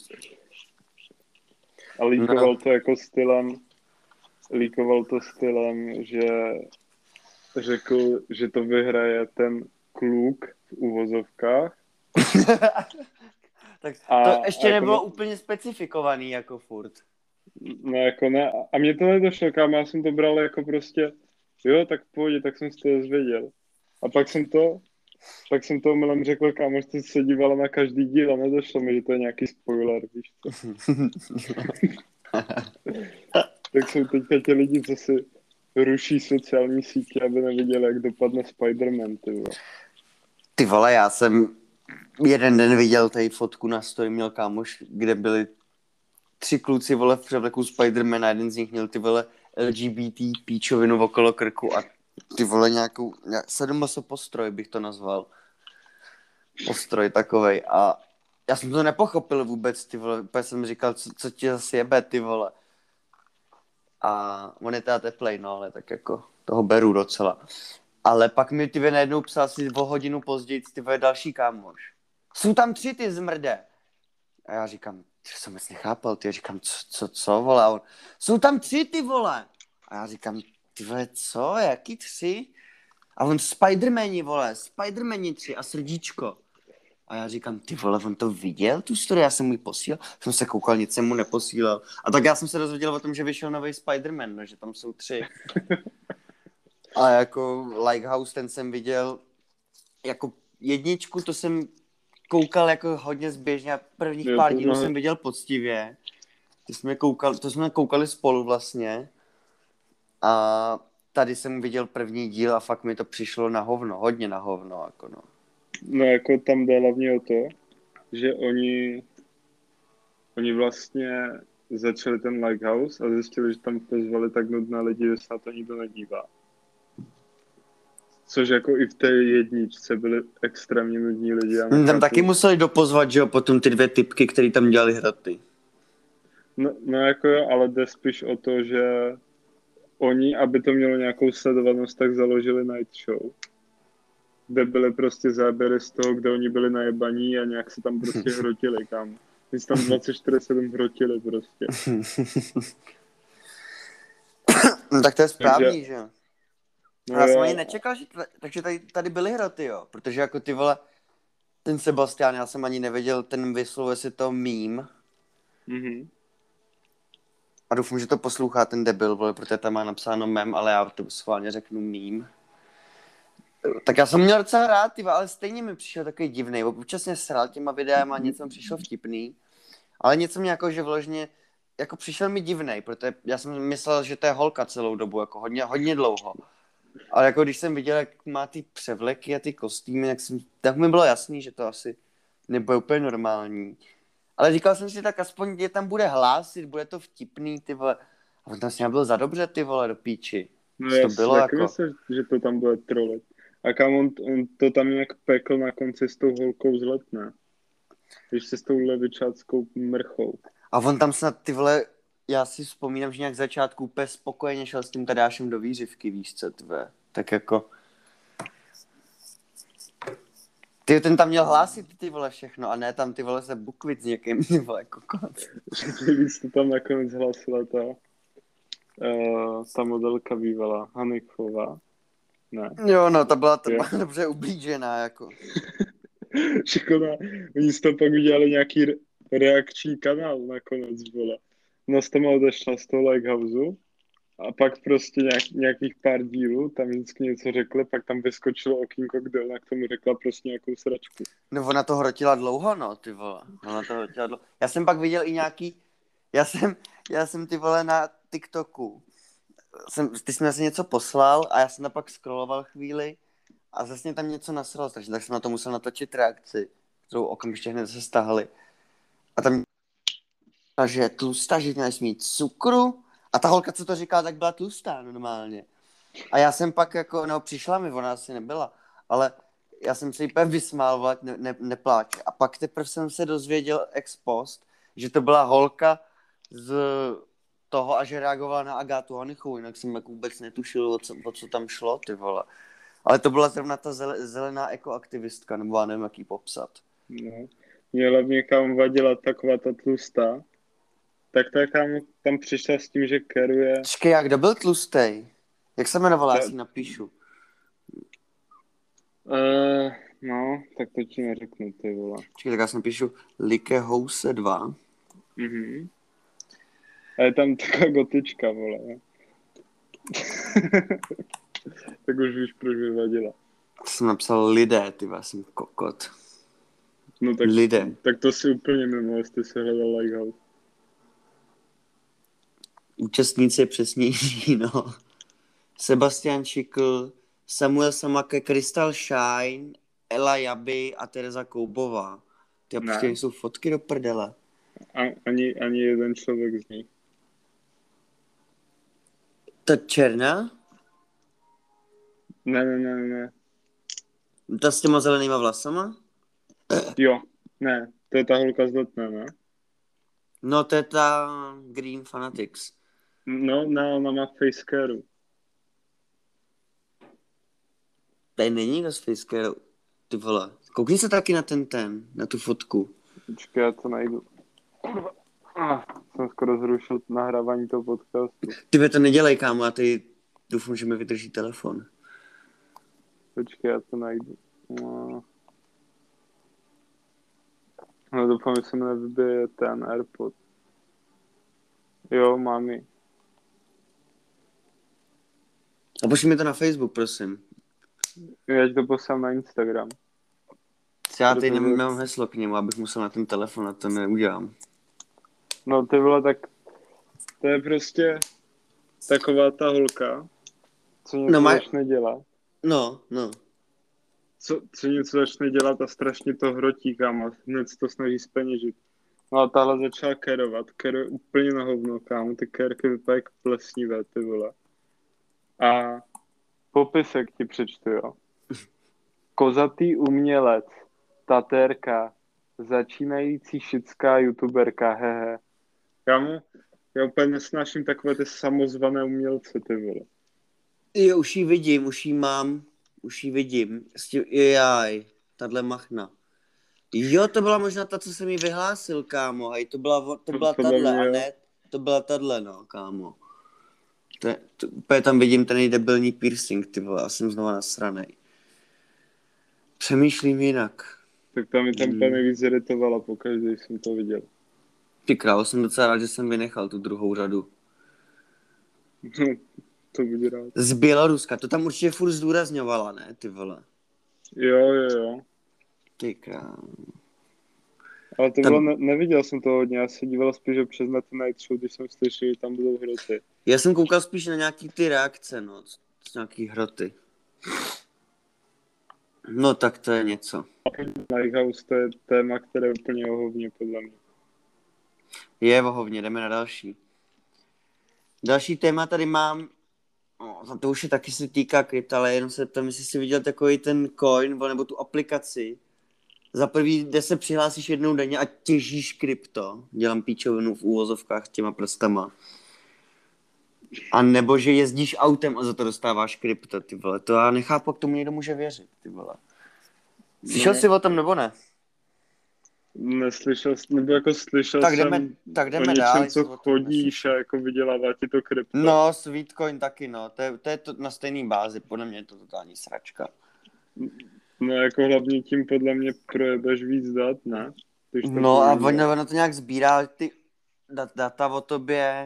A líkoval No. to jako stylem, líkoval to stylem, že řekl, že to vyhraje ten kluk v uvozovkách. Tak A, to ještě a jako nebylo no, úplně specifikovaný jako furt. no jako ne, a mě to nedošlo, kámo, já jsem to bral jako prostě, jo, tak v pohodě, tak jsem si to dozvěděl. A pak jsem to, pak jsem to omylem řekl, kámo, že jste se dívala na každý díl a nedošlo mi, že to je nějaký spoiler, víš co. Tak jsou teďka ti lidi, co si ruší sociální sítě, aby neviděli, jak dopadne Spider-Man, ty vole. Ty vole, já jsem jeden den viděl tady fotku na story, měl kámoš, kde byli tři kluci, vole, v převleku Spidermana, jeden z nich měl ty vole L G B T píčovinu okolo krku a ty vole nějakou, sedmaso postroj bych to nazval. Postroj takovej a já jsem to nepochopil vůbec, ty vole, úplně jsem říkal, co, co ti zase jebe, ty vole. A on je teda teplej, no, ale tak jako toho beru docela. Ale pak mi ty najednou psal si o hodinu později ty další kámoš. Jsou tam tři ty zmrde. A já říkám, ty jsem vůbec nechápal, ty já říkám, co, co, co, vole, a on, jsou tam tři, ty vole. A já říkám, ty vole, co, jaký tři? A on, Spidermani, vole, Spidermani tři a srdíčko. A já říkám, ty vole, on to viděl, tu story, já jsem mu ji posílal. Jsem se koukal, nic jsem mu neposílal. A tak já jsem se dozvěděl o tom, že vyšel nový Spider-Man, no, že tam jsou tři. A jako Lighthouse, ten jsem viděl, jako jedničku, to jsem koukal jako hodně zběžně a prvních Jo, pár to dílů no. jsem viděl poctivě. To jsme, koukali, to jsme koukali spolu vlastně. A tady jsem viděl první díl a fakt mi to přišlo na hovno, hodně na hovno. Jako no. No jako tam jde hlavně o to, že oni, oni vlastně začali ten Lighthouse a zjistili, že tam pozvali tak nudné lidi, že se na to nikdo nedívá. Což jako i v té jedničce byly extrémně nudní lidi. Já Tam nechápu. taky museli dopozvat, že jo, potom ty dvě typky, které tam dělali hraty. No, no jako jo, ale jde spíš o to, že oni, aby to mělo nějakou sledovanost, tak založili night show, kde byly prostě záběry z toho, kde oni byli najebaní a nějak se tam prostě hrotili, kam. Oni se tam dvacet čtyři sedm hrotili prostě. No tak to je správný, Takže- že jo. No Já jsem jo, ani nečekal, že t- takže tady, tady byly hroty, jo. Protože jako ty vole, ten Sebastian, já jsem ani nevěděl, ten vyslovuje si to mím. mhm. A doufám, že to poslouchá ten debil, vole, protože tam má napsáno mem, ale já to schválně řeknu mím. Tak já jsem měl docela rád, ty, ale stejně mi přišel takový divný. Občas mě sral těma videama, něco mi přišlo vtipný, ale něco mě jako, že vložně, jako přišel mi divný, protože já jsem myslel, že to je holka celou dobu, jako hodně, hodně dlouho. Ale jako když jsem viděl, jak má ty převleky a ty kostýmy, tak, jsem, tak mi bylo jasný, že to asi nebude úplně normální. Ale říkal jsem si, tak aspoň je tam bude hlásit, bude to vtipný, ty vole. A on tam s ním byl za dobře, ty vole, do píči. No Co já to si bylo taky jako? myslím, že to tam bude trolit. A kam on, on to tam nějak pekl na konci s tou holkou z Letné. Ještě s tou levičáckou mrchou. A on tam snad, ty vole, já si vzpomínám, že nějak v začátku úplně spokojeně šel s tím Tadášem do výřivky, víš co, tve. Tak jako... Ty, ten tam měl hlásit, ty vole, všechno, a ne tam, ty vole, se bukvit s někým, ty vole, kokot. Víc to tam nakonec hlásila ta, uh, ta modelka bývalá, Hanikova. Ne. Jo, no, ta byla, ta Je. byla dobře ublížená, jako. Škoda, oni z toho pak udělali nějaký re- reakční kanál nakonec, vole. Ona z toho odešla z toho Lighthouse a pak prostě nějak, nějakých pár dílů, tam vždycky něco řekli, pak tam vyskočilo okýnko, kde ona k tomu řekla prostě nějakou sračku. No, ona to hrotila dlouho, no, ty vole. Ona to hrotila dlouho. Já jsem pak viděl i nějaký, já jsem, já jsem ty vole na TikToku. Jsem, ty jsi mi asi něco poslal a já jsem tam pak scrolloval chvíli a zase mě tam něco nasralo, takže tak jsem na to musel natočit reakci, kterou okamžitě hned se stáhli. A tam a že je tlustá, že měla mít cukru. A ta holka, co to říkala, tak byla tlustá normálně. A já jsem pak jako, no přišla mi, ona asi nebyla, ale já jsem se jí úplně vysmál, vole, ne, ne, nepláč. A pak teprve jsem se dozvěděl ex post, že to byla holka z toho a že reagovala na Agátu Hanychovou, jinak jsem jako vůbec netušil, o co, o co tam šlo, ty vole. Ale to byla zrovna ta zele, zelená ekoaktivistka, nebo já nevím, jak jí popsat. No. Mě hlavně kam vadila taková ta tlustá. Tak ta kam tam přišla s tím, že keruje. Čekej, a kdo byl tlustej? Jak se jmenovala, já Ta, si ji napíšu. uh, no, tak to ti neřeknu, ty vole. Čekej, tak já si napíšu Like House dva. Mhm. A je tam taková gotička, vole. Tak už víš, proč mi vadila. To jsem napsal lidé, ty já jsem kokot. No tak, Lidé. tak to si úplně mimo, jestli se hledal Lighthouse. Účastníci je přesnější, no. Sebastian Šikl, Samuel Samake, Crystal Shine, Ela Jaby a Tereza Koubová. Ty Ne. prostě nejsou fotky do prdele. A, ani, ani jeden člověk z nich. Ta černá? Ne, ne, ne, ne. Ta s těma zelenýma vlasama? Jo, ne, to je ta holka z Letné, ne? No to je ta Green Fanatics. No, ne, ona má facecareu. Tady není nikdo z Facecareu. Ty vole. Koukni se taky na ten ten, na tu fotku. Počkej, já to najdu. Ah, jsem skoro zrušil nahrávání toho podcastu. Ty to nedělej, kámo, a ty doufám, že mi vydrží telefon. Počkej, já to najdu. No, no doufám, že se mi nevybije ten AirPod. Jo, mám ji. A pošli mi to na Facebook, prosím. Já ti to poslám na Instagram. Já teď Protože- nemám heslo k němu, abych musel na ten telefon, a to neudělám. No ty vole, tak to je prostě taková ta holka, co něco No, má- začne dělat. No, no. Co, co něco začne dělat a strašně to hrotí, kámo. Hned se to snaží zpeněžit. No a tahle začala kerovat. Keruje úplně na hovno, kámo. Ty kerky vypadají jak plesnivé, ty vole. A popisek ti přečtu, jo. Kozatý umělec, tatérka, začínající šická youtuberka, hehe. Kámo, já úplně nesnáším takové ty samozvané umělce, ty vole. Jo, už ji vidím, už ji mám, už ji vidím. S tím, jaj, tahle machna. Jo, to byla možná ta, co jsem jí vyhlásil, kámo. Hej, to byla, to byla Podle tahle, mě a jo. ne, to byla tahle, no, kámo. To, je- to, úplně tam vidím ten její debilní piercing, ty vole, já jsem znova nasranej. Přemýšlím jinak. Tak tam mi tam Hmm. hmm. nejvíc iritovala pokaždé, když jsem to viděl. Ty král, jsem docela rád, že jsem vynechal tu druhou řadu. To buď rád. Z Běloruska, to tam určitě furt zdůrazňovala, ne, ty vole. Jo, jo, jo. Ty král. Ale to Tam- bylo, ne, neviděl jsem to hodně, já se díval spíš přes na ty Night Show, když jsem slyšel, že tam budou hroty. Já jsem koukal spíš na nějaký ty reakce, no, z, z nějaký hroty. No tak to je něco. Lighthouse to je téma, které je úplně ohovně podle mě. Je vohovně, jdeme na další. Další téma tady mám, no, za to už je taky se týká krypta, ale jenom se ptám, jestli jsi viděl takový ten coin, nebo tu aplikaci. Za prvý, kde se přihlásíš jednou denně a těžíš krypto. Dělám píčovinu v úvozovkách těma prstama. A nebo že jezdíš autem a za to dostáváš krypto, ty vole. To já nechápu, jak tomu někdo může věřit, ty vole. Slyšel No. jsi o tom, nebo ne? Neslyšel jsem, nebo jako slyšel Tak jsem jdeme, tak o jdeme něčem, dál. co jestli o tom chodíš a jako vydělává ti to krypto. No, Sweetcoin taky, no. To je, to je to na stejný bázi. Podle mě je to totální sračka. No jako hlavně tím podle mě projebeš víc dat, ne? Když to No a používáš. ono, ono to nějak sbírá ty dat, data o tobě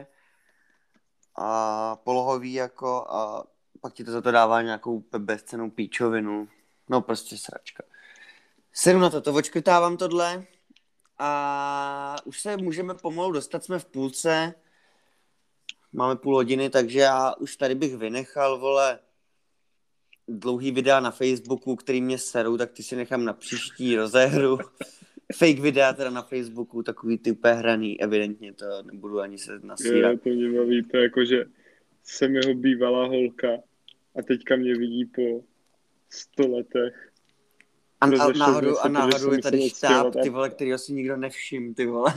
a polohový jako a pak ti to za to dává nějakou úplně bezcennou píčovinu. No prostě sračka. Sedu na to, to očkrtávám tohle a už se můžeme pomalu dostat, jsme v půlce. Máme půl hodiny, takže já už tady bych vynechal, vole, dlouhý videa na Facebooku, který mě serou, tak ty si nechám na příští rozehru. Fake videa teda na Facebooku, takový ty úplně hraný, evidentně to nebudu ani se nasírat. Jo, to mě baví, to jako, že jsem jeho bývalá holka a teďka mě vidí po sto letech. A, a Rozešli jsme náhodou, se, a protože náhodou jsem je tady musel štáb, odstěhovat ty a, vole, kterýho si nikdo nevšim, ty vole.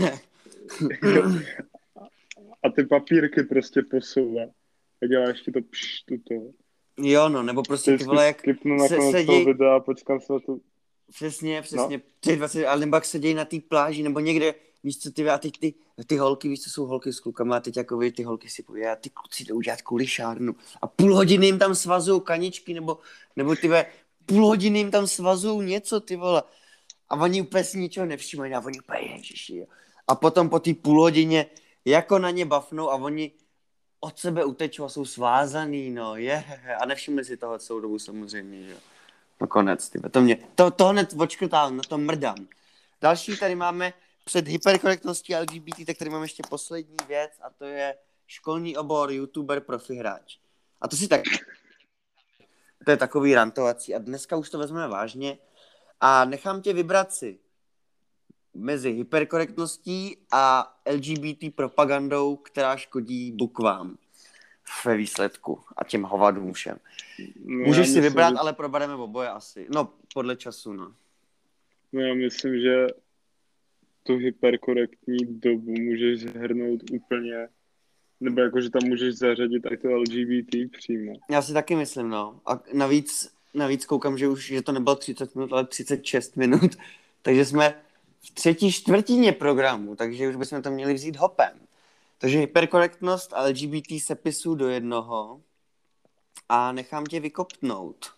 a ty papírky prostě posouvá. A dělá ještě to pš, tuto. Jo, no, nebo prostě ty Vždycky vole, jak skipnu se, nakonec toho seděj, videa a počkám se na to. přesně, No, přesně, tři dvacet, ale nebo jak sedějí na té pláži, nebo někde, víš co, ty, a teď ty, ty holky, víš co, jsou holky s klukama, a teď jako vy, ty holky si poví, a ty kluci jdou dělat kulišárnu. A půl hodiny jim tam svazují kaničky, nebo, nebo ty ve, půl hodiny jim tam svazují něco, ty vole. A oni úplně si ničeho nevšímají, a oni úplně, ježiši, jo. A potom po té půl hodině, jako na ně bafnou a oni od sebe utečou a jsou svázaný, no, je, a nevšimli si toho celou dobu samozřejmě, že jo. No konec, tyhle. To mě, to, to hned očkrtám, na to mrdám. Další tady máme před hyperkorektností L G B T, tak tady máme ještě poslední věc a to je školní obor youtuber profi hráč. A to si tak, to je takový rantovací a dneska už to vezmeme vážně a nechám tě vybrat si mezi hyperkorektností a L G B T propagandou, která škodí bukvám ve výsledku a těm hovadům všem. no Můžeš si myslím, vybrat, že, ale probereme oboje asi. No, podle času, no. no já myslím, že tu hyperkorektní dobu můžeš zhrnout úplně, nebo jako, že tam můžeš zařadit i to L G B T přímo. Já si taky myslím, no. A navíc, navíc koukám, že už že to nebylo třicet minut, ale třicet šest minut. Takže jsme v třetí čtvrtině programu, takže už bychom to měli vzít hopem. Takže hyperkorektnost a L G B T sepisu do jednoho a nechám tě vykopnout.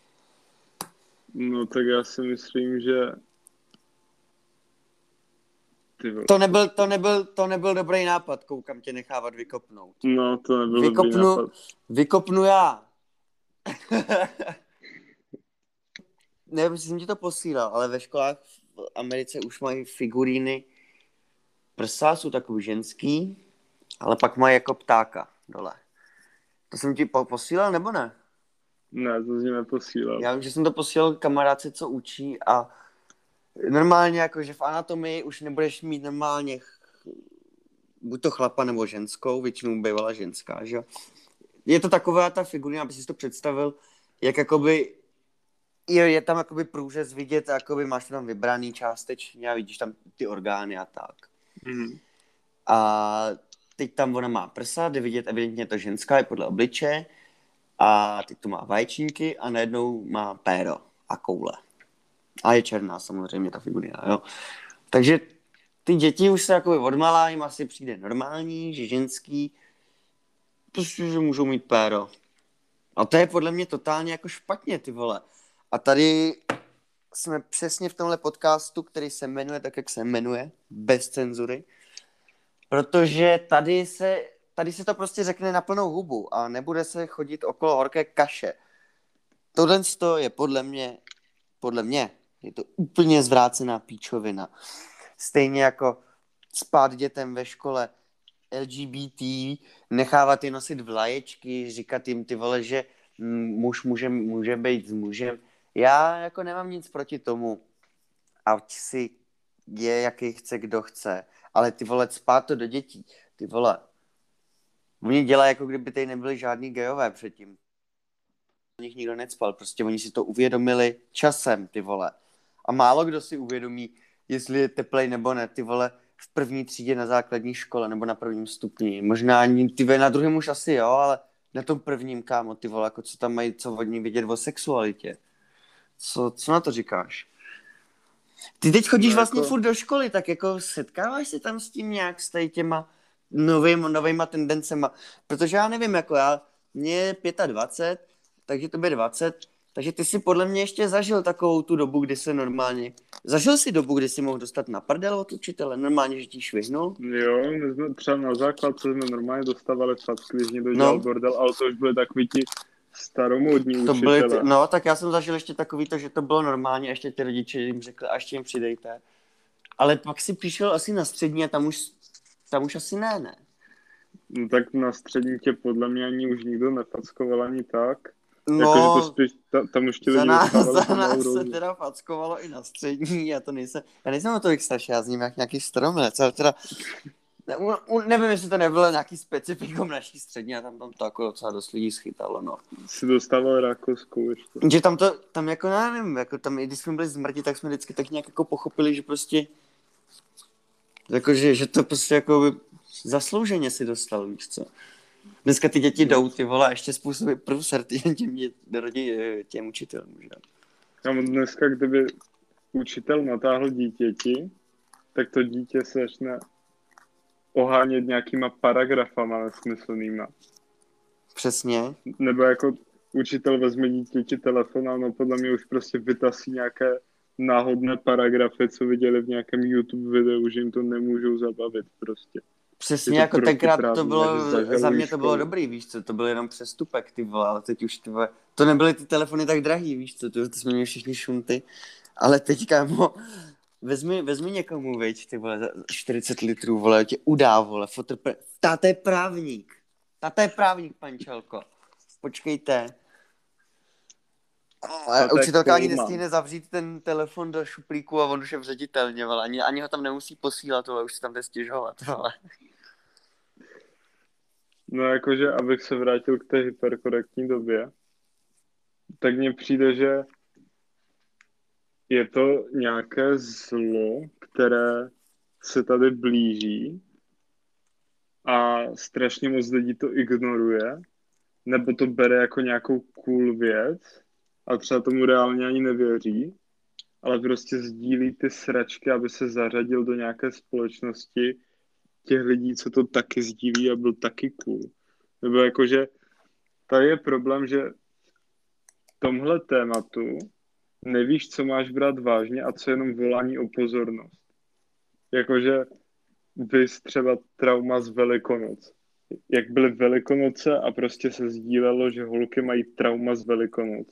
No tak já si myslím, že ty vole. To nebyl, to, nebyl, to nebyl dobrý nápad, koukám tě nechávat vykopnout. No to nebyl dobrý Vykopnu, nápad. vykopnu já. Nevím, jestli jsem ti to posílal, ale ve školách v Americe už mají figuríny. Prsa jsou takový ženský, ale pak mají jako ptáka dole. To jsem ti po- posílal, nebo ne? Ne, to jsi neposílal. Já vím, že jsem to posílal kamarádce, co učí a normálně jakože v anatomii už nebudeš mít normálně ch- buď to chlapa nebo ženskou, většinou bývala ženská, že jo. Je to taková ta figurina, aby si to představil, jak jakoby je, je tam jakoby průřez vidět, jakoby máš to tam vybraný částečně a vidíš tam ty orgány a tak. Mm. A teď tam ona má prsa, jde vidět evidentně to ženská je podle obličeje a teď tu má vaječníky a najednou má péro a koule. A je černá samozřejmě ta figurina, jo. Takže ty děti už se jakoby odmalá, jim asi přijde normální, že ženský, prostě, že můžou mít péro. A to je podle mě totálně jako špatně, ty vole. A tady jsme přesně v tomhle podcastu, který se jmenuje tak, jak se jmenuje, bez cenzury, protože tady se, tady se to prostě řekne na plnou hubu a nebude se chodit okolo horké kaše. Tohle je podle mě, podle mě, je to úplně zvrácená píčovina. Stejně jako spát dětem ve škole L G B T, nechávat je nosit vlaječky, říkat jim ty vole, že muž může, může být s mužem. Já jako nemám nic proti tomu, ať si je, jaký chce, kdo chce, ale ty vole, spát to do dětí, ty vole. Oni dělají, jako kdyby tady nebyli žádný gejové předtím. O nich nikdo necpal, prostě oni si to uvědomili časem, ty vole. A málo kdo si uvědomí, jestli je teplej nebo ne, ty vole, v první třídě na základní škole nebo na prvním stupni. Možná ani ty na druhém už asi jo, ale na tom prvním, kámo, ty vole, jako co tam mají, co od ní vidět o sexualitě. Co, co na to říkáš? Ty teď chodíš No, vlastně jako... furt do školy, tak jako setkáváš se tam s tím nějak, s tady těma novým, novýma tendencema, protože já nevím, jako já, mě je dvacet pět, takže to bude dvacet, takže ty si podle mě ještě zažil takovou tu dobu, kdy se normálně, zažil si dobu, kdy si mohl dostat na prdel od učitele, normálně, že ti švihnul? Jo, my jsme třeba na základce jsme normálně dostávali facky, když někdo dělal No. bordel, ale to už byly takový ti staromódní To učitele. byly ty, no, tak já jsem zažil ještě takový to, že to bylo normálně, ještě ty rodiče jim řekli, a ještě jim přidejte. Ale pak si přišel asi na střední a tam už, tam už asi ne, ne. No tak na střední tě podle mě ani už nikdo nefackoval ani tak. No, Jako, že to spíš, ta, tam už ti za lidi nás, dostávali za nás se úroveň. teda fackovalo i na střední, já to nejsem, já nejsem o tolik starší, já zním jak nějaký stromec, ale teda Ne, u, u, nevím, jestli to nebylo nějaký specifikum naší střední a tam, tam to jako docela dost lidí schytalo, no. Si dostával Rakouskou ještě. Že tam to, tam jako, já nevím, jako tam, i když jsme byli zmrti, tak jsme vždycky tak nějak jako pochopili, že prostě, jako, že, že to prostě jako by zaslouženě si dostal, víš co. Dneska ty děti jdou, ty vole, a ještě způsobí průser těm, těm, těm učitelům, že? A dneska, kdyby učitel natáhl dítěti, tak to dítě se začne ohánět nějakýma paragrafama nesmyslnýma. Přesně. Nebo jako učitel vezme dítěti telefon a ono podle mě už prostě vytasí nějaké náhodné paragrafy, co viděli v nějakém YouTube videu, že jim to nemůžou zabavit prostě. Přesně, jako tenkrát to bylo, za mě to bylo dobrý, víš co, to byl jenom přestupek, ty vole, ale teď už ty vole, to nebyly ty telefony tak drahý, víš co, to, to jsme měli všichni šunty, ale teď, kámo, vezmi, vezmi někomu, veď, ty vole, za čtyřicet litrů, vole, tě udá, vole, fotopr... Táta je právník, táta je právník, pančelko, počkejte. Ale učitelka ani nestihne zavřít ten telefon do šuplíku a on už je v ředitelně, vole, ani, ani ho tam nemusí posílat, vole, už se tam jde stěžovat, vole. No jakože, abych se vrátil k té hyperkorektní době, tak mně přijde, že je to nějaké zlo, které se tady blíží a strašně moc lidí to ignoruje, nebo to bere jako nějakou cool věc a třeba tomu reálně ani nevěří, ale prostě sdílí ty sračky, aby se zařadil do nějaké společnosti těch lidí, co to taky sdílí a byl taky cool. Nebo jakože tady je problém, že v tomhle tématu nevíš, co máš brát vážně a co jenom volání o pozornost. Jakože bys třeba trauma z Velikonoc. Jak byly Velikonoce a prostě se sdílelo, že holky mají trauma z Velikonoc.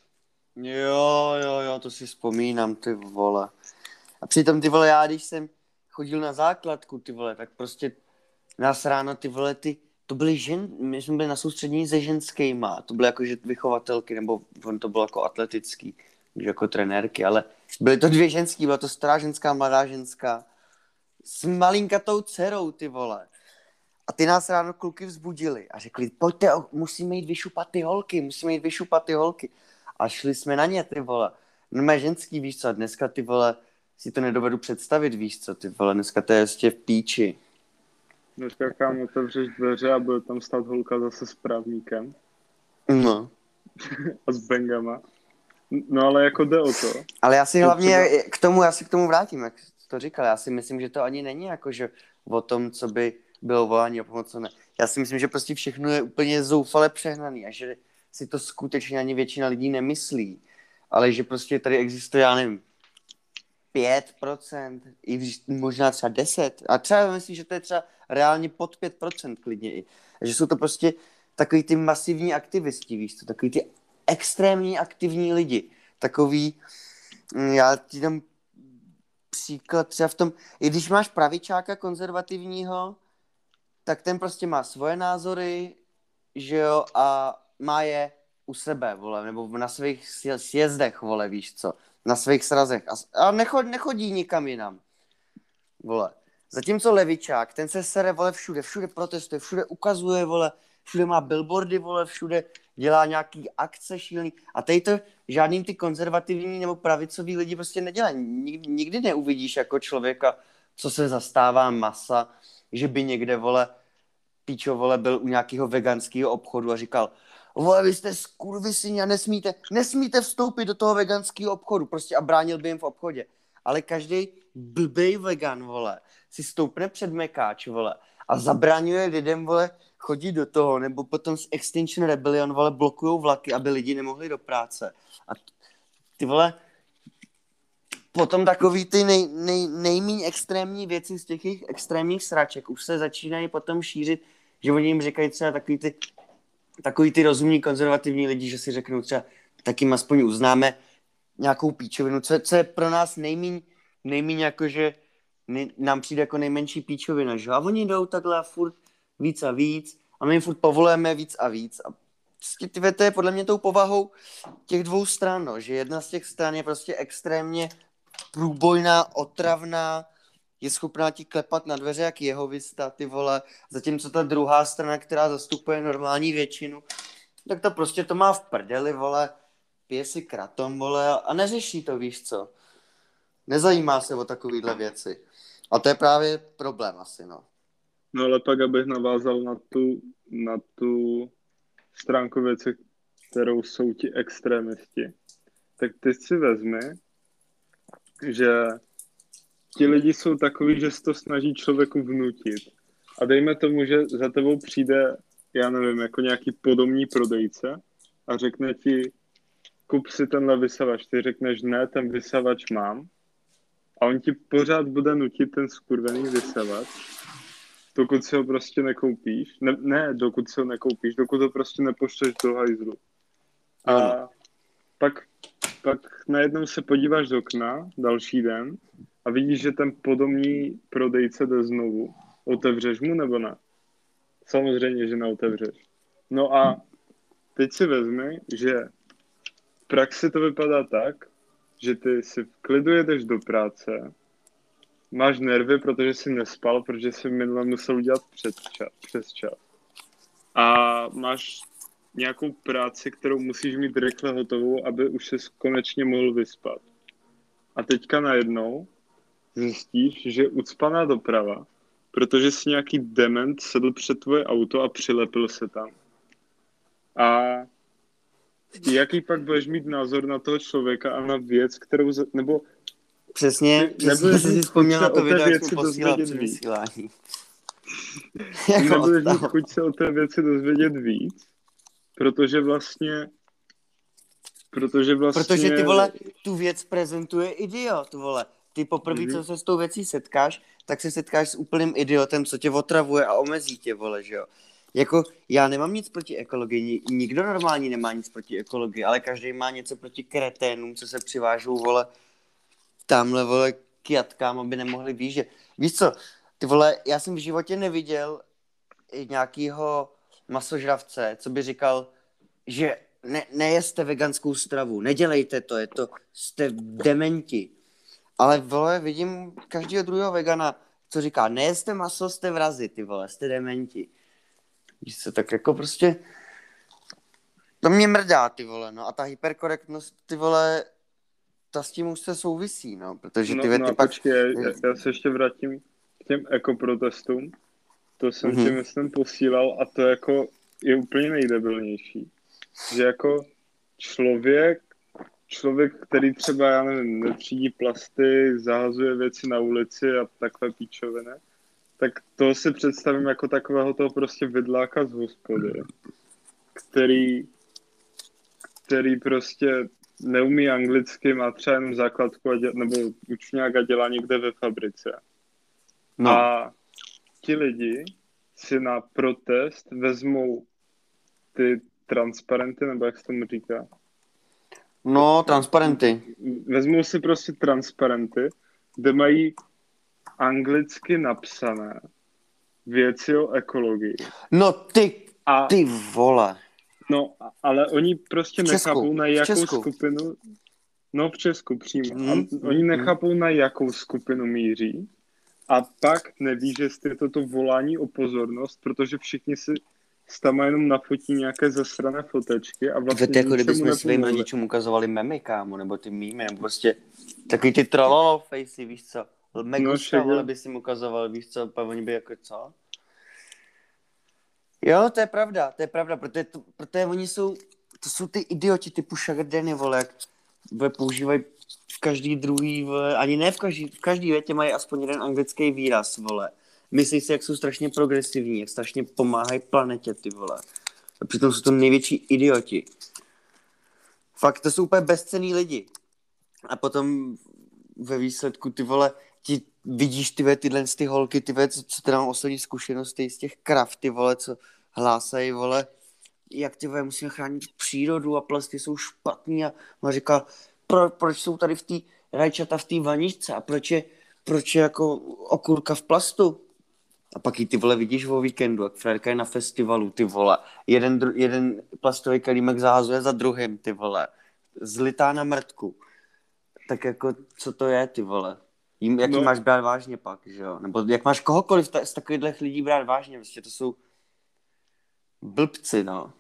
Jo, jo, jo, to si vzpomínám, ty vole. A přitom, ty vole, já když jsem chodil na základku, ty vole, tak prostě nás ráno, ty vole, ty, to byly žen, my jsme byli na soustředění se ženskýma, to byly jako že vychovatelky, nebo on to bylo jako atletický, že jako trenérky, ale byly to dvě ženský, byla to stará ženská, mladá ženská, s malinkatou dcerou, ty vole. A ty nás ráno kluky vzbudili a řekli, pojďte, musíme jít vyšupat ty holky, musíme jít vyšupat ty holky. A šli jsme na ně, ty vole. No mé ženský, víš co, dneska, ty vole, si to nedovedu představit, víš co, ty vole, dneska to je ještě v píči. Dneska kam otevřeš dveře a bude tam stát holka zase s právníkem. No. A s bengama. No ale jako jde o to. Ale já si hlavně třeba... k tomu, já si k tomu vrátím, jak to říkal, já si myslím, že to ani není jako, že o tom, co by bylo volání o pomoc, ne. Já si myslím, že prostě všechno je úplně zoufale přehnaný a že si to skutečně ani většina lidí nemyslí, ale že prostě tady existuje, já nevím, pět procent, i když možná třeba deset, a třeba myslím, že to je třeba reálně pod pět procent klidně i. A že jsou to prostě takový ty masivní aktivisti, víš co, takový ty extrémní aktivní lidi, takový, já ti dám příklad třeba v tom, i když máš pravičáka konzervativního, tak ten prostě má svoje názory, že jo, a má je u sebe, vole, nebo na svých sjezdech, vole, víš co, na svých srazech a, a nechod, nechodí nikam jinam, vole. Zatímco levičák, ten se sere, vole, všude, všude protestuje, všude ukazuje, vole, všude má billboardy, vole, všude dělá nějaký akce šílený a tady to žádný ty konzervativní nebo pravicový lidi prostě nedělají. Nikdy, nikdy neuvidíš jako člověka, co se zastává masa, že by někde, vole, píčo, vole, byl u nějakého veganského obchodu a říkal, vole, vy jste skurvisyni a nesmíte, nesmíte vstoupit do toho veganského obchodu, prostě a bránil by jim v obchodě. Ale každý blbej vegan, vole, si stoupne před mekáč, vole, a zabraňuje lidem, vole, chodit do toho, nebo potom z Extinction Rebellion, vole, blokujou vlaky, aby lidi nemohli do práce. A ty, vole, potom takový ty nej, nej, nejméně extrémní věci z těch jejich extrémních sraček už se začínají potom šířit, že oni jim říkají třeba takový ty, takový ty rozumní konzervativní lidi, že si řeknou třeba, tak jim aspoň uznáme nějakou píčovinu, co, co je pro nás nejméně, nejméně jakože nej, nám přijde jako nejmenší píčovina, že? A oni jdou takhle a furt víc a víc a my jim furt povolujeme víc a víc a ty, to je podle mě tou povahou těch dvou stran, no, že jedna z těch stran je prostě extrémně průbojná, otravná, je schopná ti klepat na dveře jak jehovista, ty vole, zatímco ta druhá strana, která zastupuje normální většinu, tak to prostě to má v prdeli, vole, pije si kratom, vole, a neřeší to, víš co. Nezajímá se o takovýhle věci. A to je právě problém asi, no. No ale pak, abych navázal na tu, na tu stránku věci, kterou jsou ti extrémisti, tak ty si vezmi, že ti lidi jsou takový, že se to snaží člověku vnutit. A dejme tomu, že za tebou přijde, já nevím, jako nějaký podomní prodejce a řekne ti, kup si tenhle vysavač. Ty řekneš, ne, ten vysavač mám. A on ti pořád bude nutit ten skurvený vysavač, dokud si ho prostě nekoupíš. Ne, ne dokud si ho nekoupíš, dokud ho prostě nepošleš do hajzlu. A Ano. pak, pak najednou se podíváš z okna další den a vidíš, že ten podomní prodejce jde znovu. Otevřeš mu nebo ne? Samozřejmě, že neotevřeš. No a teď si vezmi, že v praxi to vypadá tak, že ty si v klidu jedeš do práce, máš nervy, protože jsi nespal, protože jsi minule musel udělat před čas, přes čas. A máš nějakou práci, kterou musíš mít rychle hotovou, aby už se konečně mohl vyspat. A teďka najednou zjistíš, že ucpaná doprava, protože si nějaký dement sedl před tvoje auto a přilepil se tam. A jaký pak budeš mít názor na toho člověka a na věc, kterou... Z... Nebo Přesně, Ty přesně nebudeš jsi si mít vzpomněl chuť na se to o té video, jak věci jsem posílal dozvědět při víc. vysílání. Ty Jako nebudeš mít odtahu. chuť se o té věci dozvědět víc, protože vlastně... Protože vlastně... Protože ty vole, tu věc prezentuje idiot, vole. Ty poprvé, Mhm. co se s tou věcí setkáš, tak se setkáš s úplným idiotem, co tě otravuje a omezí tě, vole, že jo. Jako, já nemám nic proti ekologii, ni- nikdo normální nemá nic proti ekologii, ale každý má něco proti kreténům, co se přivážou, vole, tamhle, vole, k jatkám, aby nemohli výjíždět. Víš co, ty vole, já jsem v životě neviděl nějakýho masožravce, co by říkal, že ne, nejeste veganskou stravu, nedělejte to, je to, jste dementi. Ale vole, vidím každého druhého vegana, co říká, nejeste maso, jste vrazi, ty vole, jste dementi. Víš co, tak jako prostě, to mě mrdá, ty vole, no a ta hyperkorektnost, ty vole, ta s tím už se souvisí, no, protože ty No, věty no a pak... počkej, já, já se ještě vrátím k těm ekoprotestům. To jsem Mhm. tím myslím posílal a to jako je úplně nejdebilnější. Že jako člověk, člověk, který třeba, já nevím, netřídí plasty, zahazuje věci na ulici a takové píčoviny, tak to si představím jako takového toho prostě vidláka z hospody, který, který prostě neumí anglicky, má třeba jenom základku a děl, nebo učňák a dělá někde ve fabrice. No, A ti lidi si na protest vezmou ty transparenty, nebo jak se tomu říká? no, transparenty. Vezmou si prostě transparenty, kde mají anglicky napsané věci o ekologii. No ty, A, ty vole. no, ale oni prostě V Česku, nechápou, na v jakou Česku. skupinu, no v Česku přímo, Mm, a oni mm, nechápou, na jakou skupinu míří, a pak neví, že je toto volání o pozornost, protože všichni si tam jenom nafotí nějaké zasrané fotečky a vlastně Víte, jako kdyby ničemu jsme svým nepomohli. rodičům ukazovali memy, kámo, nebo ty mýmy, nebo prostě takový ty trololo facey, víš co? Megusta, však vole, jo. by si mu ukazoval, víš co, pa oni by jako co? Jo, to je pravda, to je pravda, protože, to, protože oni jsou, to jsou ty idioti typu Sugar Danny, vole, jak vole, používají v každý druhý, vole, ani ne v každý, v každý větě mají aspoň jeden anglický výraz, vole. Myslí si, jak jsou strašně progresivní, jak strašně pomáhají planetě, ty vole. A přitom jsou to největší idioti. Fakt, to jsou úplně bezcenný lidi. A potom ve výsledku, ty vole, ti vidíš ty vole, tyhle ty holky, ty vole, co, co teda mám osobní zkušenosti z těch krav, ty vole, co hlásají, vole, jak ty vole, musíme chránit přírodu a plasty jsou špatný a má říká, pro, proč jsou tady v té rajčata v té vaničce a proč je, proč je jako okurka v plastu? A pak ji ty vole vidíš o víkendu, jak frérka je na festivalu, ty vole. Jeden, dru- jeden plastový kalímek zahazuje za druhým, ty vole. Zlitá na mrtku. Tak jako, co to je, ty vole? Jím, jaký No. máš brát vážně pak, že jo? Nebo jak máš kohokoliv ta, z takových lidí brát vážně, prostě to jsou blbci, no.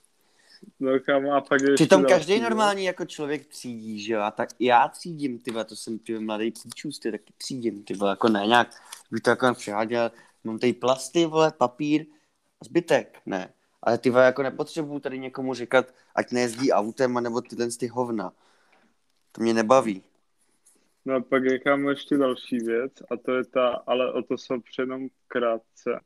No kámo, a pak je ještě Přitom další každý věc. normální jako člověk třídí, že jo? A tak já třídím, ty vole, to jsem ty mladý píčus, ty taky třídím, ty vole, jako ne nějak, bych to jako přeháděl, mám tady plasty, vole, papír a zbytek, ne. Ale ty vole, jako nepotřebuju tady někomu říkat, ať nejezdí autem, nebo tyhle ty hovna. To mě nebaví. No a pak je kámo ještě další věc a to je ta, ale o to se předem krátce,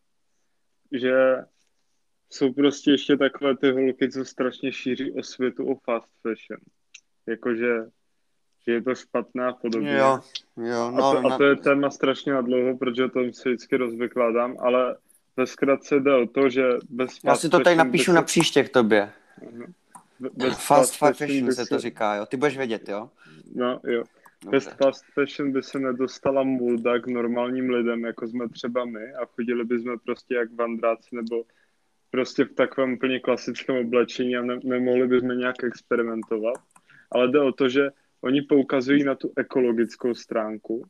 že jsou prostě ještě takové ty holky, co strašně šíří osvětu o fast fashion. Jakože že je to špatná podobně. Jo, jo, A no, to, no, a to je téma strašně na dlouho, protože to si vždycky rozvykládám, ale ve zkratce jde o to, že bez fast já si to tady fashion napíšu by na se- příště k tobě. Aha. Be- Bez Fast fashion by se to říká, jo. Ty budeš vědět, jo? No jo. Bez Dobře. fast fashion by se nedostala můda k normálním lidem, jako jsme třeba my, a chodili bychom prostě jak vandráci, nebo prostě v takovém úplně klasickém oblečení a ne- nemohli bychom nějak experimentovat. Ale jde o to, že oni poukazují na tu ekologickou stránku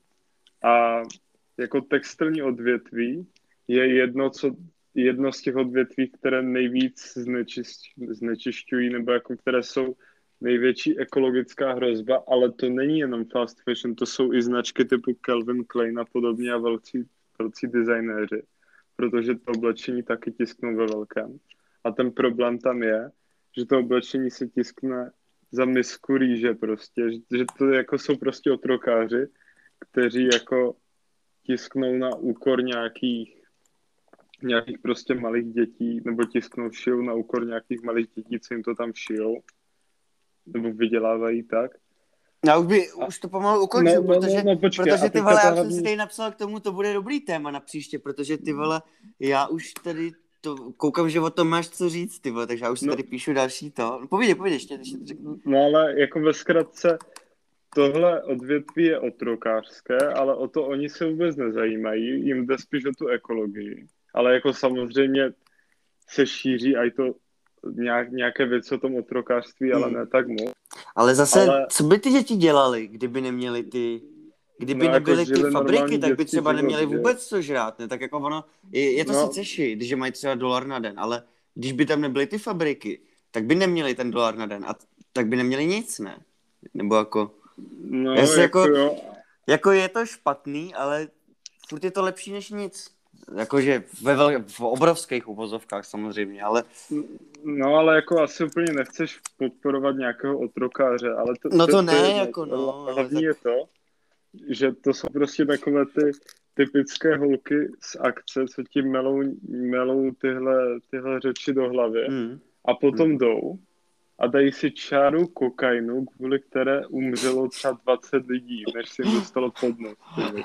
a jako textilní odvětví je jedno, co, jedno z těch odvětví, které nejvíc znečišť, znečišťují, nebo jako které jsou největší ekologická hrozba, ale to není jenom fast fashion, to jsou i značky typu Calvin Klein a podobně a velcí, velcí designéři, protože to oblečení taky tisknou ve velkém. A ten problém tam je, že to oblečení se tiskne za misku rýže prostě, že, že to jako jsou prostě otrokáři, kteří jako tisknou na úkor nějakých nějakých prostě malých dětí, nebo tisknou, šijou na úkor nějakých malých dětí, co jim to tam šijou, nebo vydělávají tak. Já už, by, už to pomalu ukončil, No, no, no, protože, no, počkej, protože a ty teďka vole, ta já jsem hlavní- si tady napsal k tomu, to bude dobrý téma na příště, protože ty vole, já už tady to, koukám, že o tom máš co říct, ty vole, takže já už si No. tady píšu další to. No, povídej, povídej, ještě, ještě to řeknu. No ale jako ve zkratce, tohle odvětví je otrokářské, ale o to oni se vůbec nezajímají, jim jde spíš o tu ekologii. Ale jako samozřejmě se šíří aj to nějak, nějaké věci o tom otrokářství, ale Hmm. ne tak moc. Ale zase, Ale- co by ty děti dělali, kdyby neměli ty, kdyby No, jako nebyly ty žili fabriky, normální tak by dětský třeba život, neměli že? vůbec co žrát, ne? Tak jako ono, je, je to No. sice shit, že mají třeba dolar na den, ale když by tam nebyly ty fabriky, tak by neměli ten dolar na den a tak by neměli nic, ne? Nebo jako, No, Já si jako, jako- jo. jako je to špatný, ale furt je to lepší než nic. Jakože ve vel, v obrovských uvozovkách samozřejmě, ale No, ale jako asi úplně nechceš podporovat nějakého otrokáře, ale to, No to je ne, jedno. jako no, ale Hlavní tak- je to, že to jsou prostě takové ty typické holky z akce, co ti melou, melou tyhle, tyhle řeči do hlavy mm. a potom Hmm. jdou a dají si čáru kokainu, kvůli které umřelo třeba dvacet lidí, než si jim dostalo pod nos.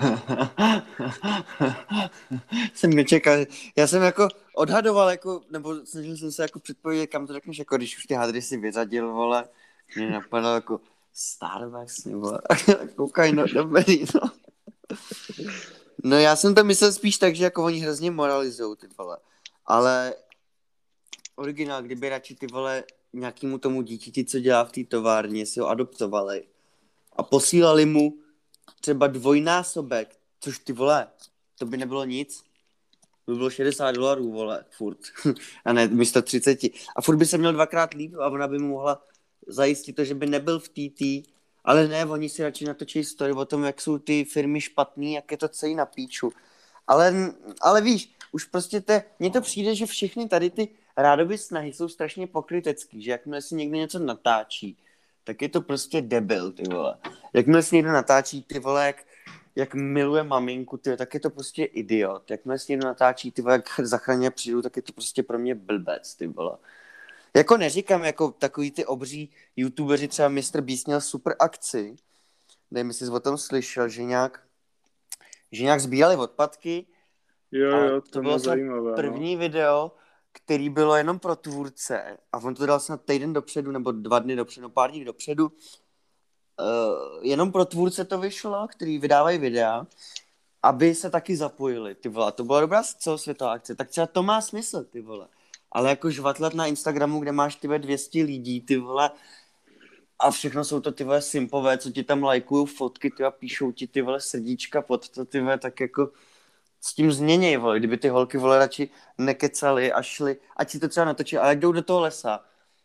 jsem nečekal. Já jsem jako odhadoval, jako, nebo snažil jsem se jako předpovědět, kam to řekneš, jako když už ty hadry si vyřadil, vole, mě napadlo jako Starbucks, nebo kokain, dobrý, no. No já jsem to myslel spíš tak, že jako oni hrozně moralizujou, ty vole. Ale originál, kdyby radši ty vole nějakému tomu dítěti, co dělá v té továrně, si ho adoptovali a posílali mu třeba dvojnásobek, což ty vole, to by nebylo nic. To by bylo šedesát dolarů, vole, furt. A ne, místo třicet. A furt by se měl dvakrát líp a ona by mu mohla zajistit to, že by nebyl v té té. Ale ne, oni si radši natočí story o tom, jak jsou ty firmy špatný, jak je to celý na píču. Ale, ale víš, už prostě te, mně to přijde, že všechny tady ty rádoby snahy jsou strašně pokrytecký, že jakmile si někdo něco natáčí, tak je to prostě debil, ty vole. Jakmile si někdo natáčí, ty vole, jak, jak miluje maminku, ty, tak je to prostě idiot. Jakmile si někdo natáčí, ty vole, jak zachraně přijdu, tak je to prostě pro mě blbec, ty vole. Jako neříkám, jako takový ty obří youtubeři, třeba mister Beast měl super akci, dejme si o tom slyšel, že nějak, že nějak sbírali odpadky. Jo, A jo, to, to bylo bylo zajímavé. první no. video, který bylo jenom pro tvůrce a on to dal snad týden dopředu, nebo dva dny dopředu, no pár dní dopředu. Uh, jenom pro tvůrce to vyšlo, který vydávají videa, aby se taky zapojili, ty vole. To byla dobrá celosvětová akce, tak třeba to má smysl, ty vole. Ale jako žvatlat na Instagramu, kde máš tyhle dvě stě lidí, ty vole, a všechno jsou to ty vole simpové, co ti tam lajkují fotky, ty a píšou ti ty vole srdíčka pod to, ty vole, tak jako s tím změněj, vole, kdyby ty holky, vole, radši nekecali a šli, ať si to třeba natočí, ale jdou do toho lesa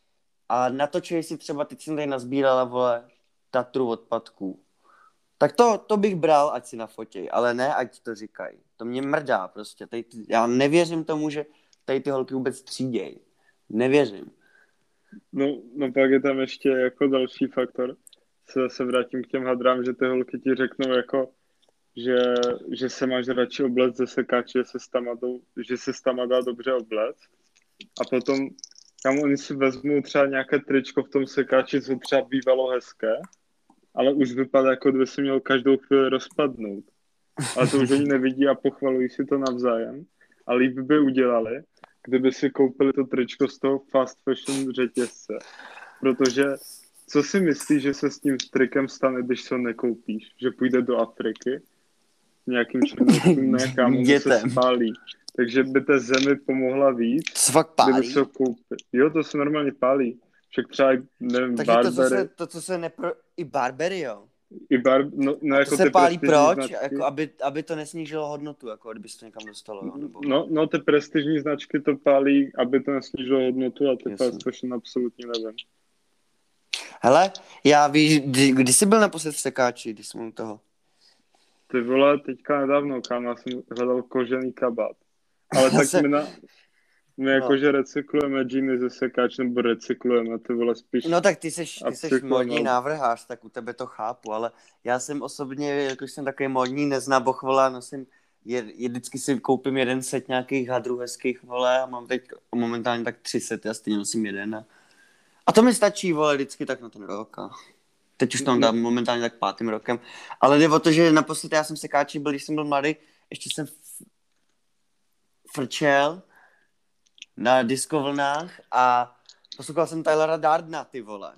a natočí si třeba, teď jsem tady nazbírala, vole, Tatru odpadků. Tak to, to bych bral, ať si nafotěj, ale ne, ať to říkají. To mě mrdá prostě. Tady, já nevěřím tomu, že tady ty holky vůbec tříděj. Nevěřím. No, no pak je tam ještě jako další faktor. Se zase vrátím k těm hadrám, že ty holky ti řeknou jako, že, že se máš radši obléct ze sekáče, že se s tama, do, že se s tama dá dobře obléct. A potom, tam oni si vezmou třeba nějaké tričko v tom sekáči, co třeba bývalo hezké, ale už vypadá, jako kdyby se měl každou chvíli rozpadnout. Ale to už oni nevidí a pochvalují si to navzájem. A líp by udělali, kdyby si koupili to tričko z toho fast fashion řetězce. Protože co si myslíš, že se s tím trikem stane, když se ho nekoupíš? Že půjde do Afriky? Nějakým černostům nekam, se spálí. Takže by té zemi pomohla víc, to se fakt pálí? Kdyby se ho koupil. Jo, to se normálně pálí. Však třeba, nevím, takže Barbery. to, co se, to, co se nepro... I Barbery, jo? I bar... no, no, jako to se pálí proč? Značky. Jako, aby, aby to nesnížilo hodnotu, jako kdyby se to někam dostalo, jo? Nebo... No, no, ty prestižní značky to pálí, aby to nesnížilo hodnotu a ty fast fashion absolutně nevím. Hele, já víš, kdy, kdy jsi byl naposled v sekáči, když jsem u toho? Ty vole, teďka nedávno, kam já jsem hledal kožený kabát. Ale tak se... my, na... my no. jakože recyklujeme džíny ze sekáč, nebo recyklujeme, ty vole spíš. No tak ty seš, ty seš modní návrhář, tak u tebe to chápu, ale já jsem osobně, jakož jsem takový modní neznáboch, vole, nosím, je, je, vždycky si koupím jeden set nějakých hadrů hezkých, vole, a mám teď momentálně tak tři sety, já stejně nosím jeden. A, a to mi stačí, vole, vždycky tak na ten rok a teď už to dám momentálně tak pátým rokem. Ale jde o to, že naposled já jsem sekáči byl, když jsem byl mladý, ještě jsem f- frčel na diskovlnách a poslouchal jsem Tylera Dardna, ty vole.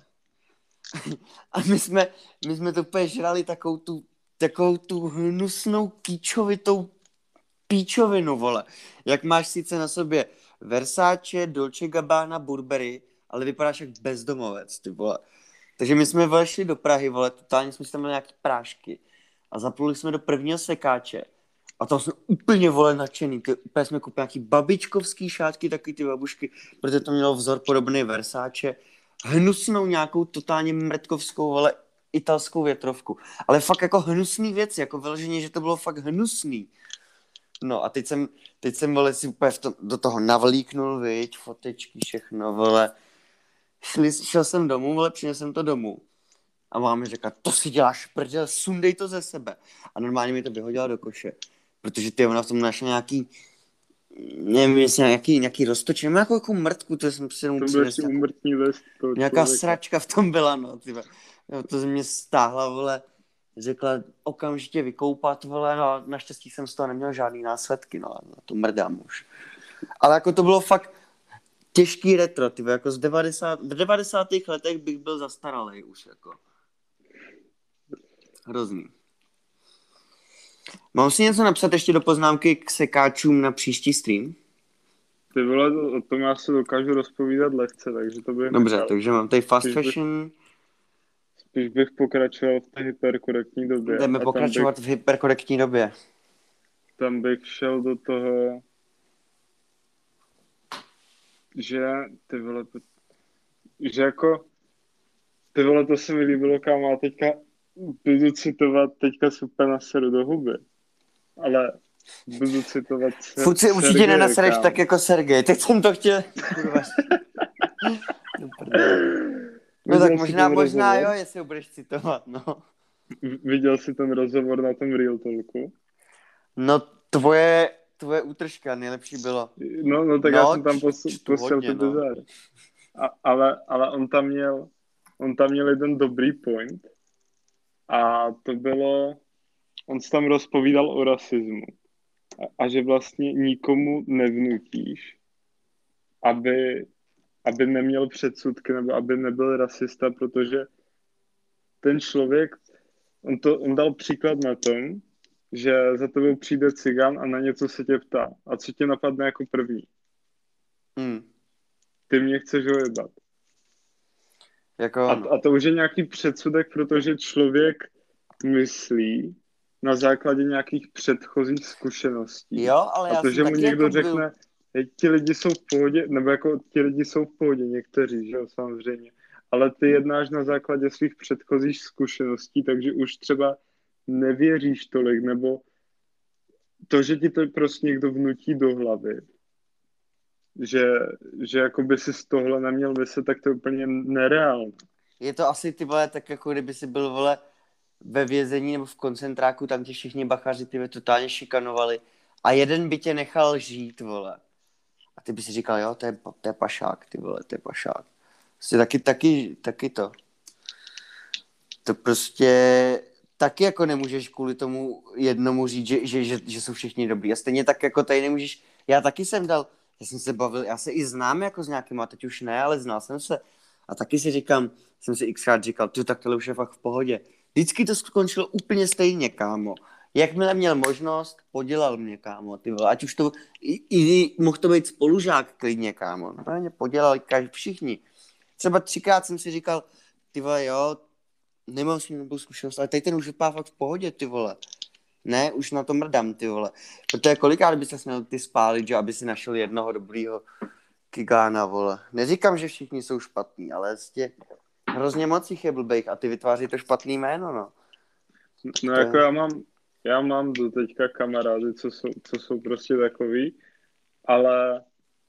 A my jsme, my jsme to úplně žrali takovou tu, takovou tu hnusnou kýčovitou píčovinu, vole. Jak máš sice na sobě Versace, Dolce Gabbana, Burberry, ale vypadáš jak bezdomovec, ty vole. Takže my jsme vešli do Prahy, vole, totálně jsme si tam měli nějaký prášky a zapluli jsme do prvního sekáče a tam jsme úplně, vole, nadšený. Ty, úplně jsme koupili nějaký babičkovský šátky, taky ty babušky, protože to mělo vzor podobný Versace, hnusnou nějakou totálně mrtkovskou, vole, italskou větrovku. Ale fakt jako hnusný věc, jako vyloženě, že to bylo fakt hnusný. No a teď jsem, teď jsem, vole, si úplně v tom, do toho navlíknul, viď, fotečky, všechno, vole. Šli, šel jsem domů, vole, přinesl jsem to domů. A máma mi řekla, to si děláš prdel, sundej to ze sebe. A normálně mi to vyhodila do koše. Protože ty ona v tom našla nějaký, nevím, jestli nějaký, nějaký roztočení, nějakou jako mrtku, to jsem si To byl ještě umrtní list. Nějaká člověka. Sračka v tom byla, no, tyba. Jo, to ze mě stáhla, vole, řekla okamžitě vykoupat, vole, no, naštěstí jsem z toho neměl žádný následky, no, to mrdám už. Ale jako to bylo fakt těžký retro, tyba, jako z devadesátých v devadesátých letech bych byl zastaralej už, jako. Hrozný. Mám si něco napsat ještě do poznámky k sekáčům na příští stream? Ty vole, o tom já se dokážu rozpovídat lehce, takže to bych... Dobře, nechal. Takže mám tady fast spíš fashion... Bych, spíš bych pokračoval v té hyperkorektní době. Jdeme pokračovat bych, v hyperkorektní době. Tam bych šel do toho, že ty vole, že jako ty vole, to se mi líbilo, kámo, a teďka budu citovat, teďka super naseru do huby, ale budu citovat se, Furt si určitě Sergeje, nenasereš kámo. Tak jako Sergej, teď jsem to chtěl. No tak možná, možná rozhovor? Jo, jestli ho budeš citovat, no. Viděl jsi ten rozhovor na tom Real Talku? No tvoje, tvoje útržka nejlepší bylo. No, no tak no, já jsem tam posel ty bizar. Ale, ale on tam měl, on tam měl jeden dobrý point a to bylo, on se tam rozpovídal o rasismu a, a že vlastně nikomu nevnutíš, aby, aby neměl předsudky nebo aby nebyl rasista, protože ten člověk, on, to, on dal příklad na tom, že za tebou přijde cigán a na něco se tě ptá. A co tě napadne jako první? Hmm. Ty mě chceš ojebat. Jako, A, no. a to už je nějaký předsudek, protože člověk myslí na základě nějakých předchozích zkušeností. Jo, ale A já to, jsem že mu taky jako někdo byl. řekne, hej, ti lidi jsou v pohodě, nebo jako ti lidi jsou v pohodě, někteří, že jo, samozřejmě. Ale ty jednáš na základě svých předchozích zkušeností, takže už třeba nevěříš tolik, nebo to, že ti to prostě někdo vnutí do hlavy, že, že jako by si z tohle neměl myslet, tak to je úplně nereálné. Je to asi, ty vole, tak jako kdyby si byl, vole, ve vězení nebo v koncentráku, tam tě všichni bachaři, ty by totálně šikanovali a jeden by tě nechal žít, vole. A ty by si říkal, jo, to je, to je pašák, ty vole, to je pašák. Prostě taky, taky, taky to. To prostě taky jako nemůžeš kvůli tomu jednomu říct, že, že, že, že jsou všichni dobrý. A stejně tak jako tady nemůžeš, já taky jsem dal, já jsem se bavil, já se i znám jako s nějakýma, teď už ne, ale znal jsem se. A taky si říkám, jsem si xkrát říkal, ty tak tohle už je fakt v pohodě. Vždycky to skončilo úplně stejně, kámo. Jakmile měl možnost, podělal mě, kámo, ty vole. Ať už to, i, i mohl to být spolužák klidně, kámo. No, mě podělali každý, všichni. Třeba třikrát jsem si říkal, ty vole, jo, nemám s ním dobrou zkušenost, ale tady ten už vypadá fakt v pohodě, ty vole. Ne, už na to mrdám, ty vole. Protože kolikrát by se měl ty spálit, že aby si našel jednoho dobrýho kigána, vole. Neříkám, že všichni jsou špatní, ale vlastně hrozně moc jich je blbejch a ty vytváří to špatný jméno, no. No To jako je... já mám, já mám do teďka kamarády, co jsou, co jsou prostě takový, ale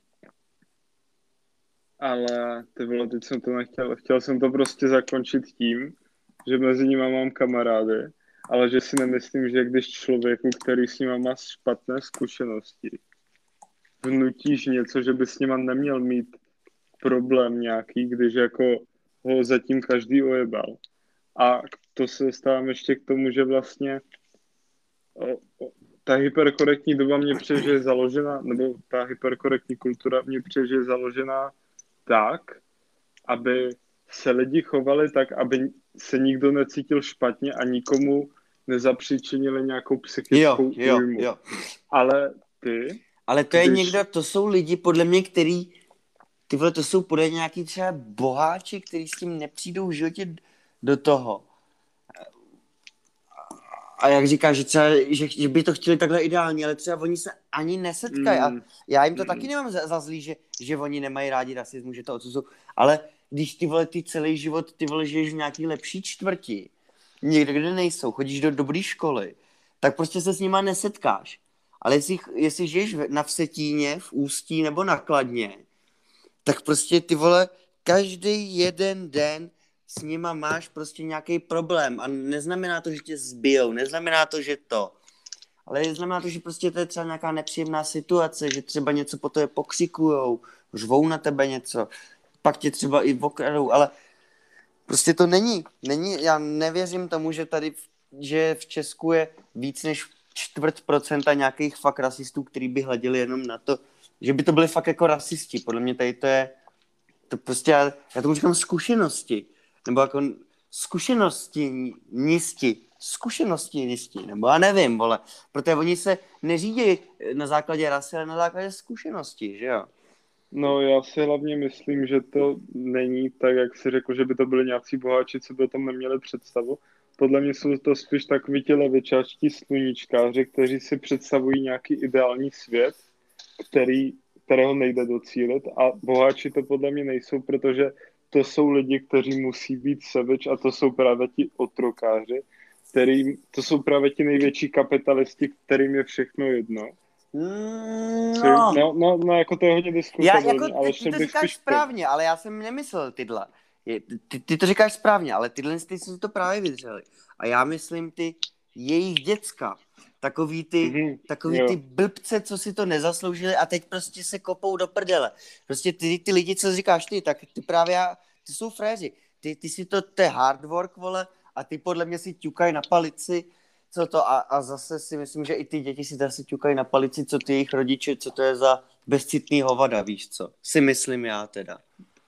ale ty vole, teď jsem to nechtěl, chtěl jsem to prostě zakončit tím, že mezi nimi mám kamarády, ale že si nemyslím, že když člověku, který s nima má špatné zkušenosti, vnutíš něco, že by s nima neměl mít problém nějaký, když jako ho zatím každý ojebal. A to se dostávám ještě k tomu, že vlastně o, o, ta hyperkorektní doba mě přijde, že je založena, nebo ta hyperkorektní kultura mě přijde, že je založená tak, aby se lidi chovali tak, aby se nikdo necítil špatně a nikomu nezapříčinili nějakou psychickou Jo, jo, újmu. jo. Ale ty... Ale to je když... někdo, to jsou lidi podle mě, který, ty vole, to jsou podle nějaký třeba boháči, který s tím nepřijdou v životě do toho. A jak říkáš, že, třeba, že, že by to chtěli takhle ideálně, ale třeba oni se ani nesetkají. A Mm, já jim to mm. taky nemám za, za zlý, že, že oni nemají rádi rasismus, že to odsuzují. Ale když ty vole, ty celý život, ty vole, žiješ v nějaký lepší čtvrti, někde, kde nejsou, chodíš do dobré školy, tak prostě se s nima nesetkáš. Ale jestli, jestli žiješ na Vsetíně, v Ústí nebo na Kladně, tak prostě ty vole, každý jeden den s nima máš prostě nějaký problém a neznamená to, že tě zbijou, neznamená to, že to, ale znamená to, že prostě to je třeba nějaká nepříjemná situace, že třeba něco po tobě pokřikujou, řvou na tebe něco, pak tě třeba i okradou, ale prostě to není, není, já nevěřím tomu, že tady, že v Česku je víc než čtvrt procenta nějakých fakt rasistů, který by hleděli jenom na to, že by to byli fakt jako rasisti, podle mě tady to je, to prostě, já, já tomu říkám zkušenosti, nebo jako zkušenosti nisti, zkušenosti nisti, nebo já nevím, vole, protože oni se neřídí na základě rasy, ale na základě zkušenosti, že jo? No já si hlavně myslím, že to není tak, jak si řekl, že by to byli nějací boháči, co by o tom neměli představu. Podle mě jsou to spíš takový ti levičáčtí sluníčkáři, kteří si představují nějaký ideální svět, který, kterého nejde docílit, a boháči to podle mě nejsou, protože to jsou lidi, kteří musí být savage, a to jsou právě ti otrokáři, který, to jsou právě ti největší kapitalisti, kterým je všechno jedno. Mm, Co, no. no, no, no, jako to je hodně Já, diskutabilní, jako, ale ty, ty šel to bych říkáš spíš správně, ale já jsem nemyslel tyhle. Je, ty, ty to říkáš správně, ale tyhle ty si to právě vydřeli. A já myslím ty jejich děcka. Takový ty, mm-hmm, takový jo. ty blbce, co si to nezasloužili a teď prostě se kopou do prdele. Prostě ty, ty lidi, co říkáš ty, tak ty právě, já, ty jsou fréři. Ty, ty si to, to je hard work, vole, a ty podle mě si ťukají na palici, co to, a, a zase si myslím, že i ty děti si zase ťukají na palici, co ty jejich rodiče, co to je za bezcitný hovada, víš co? Si myslím já teda.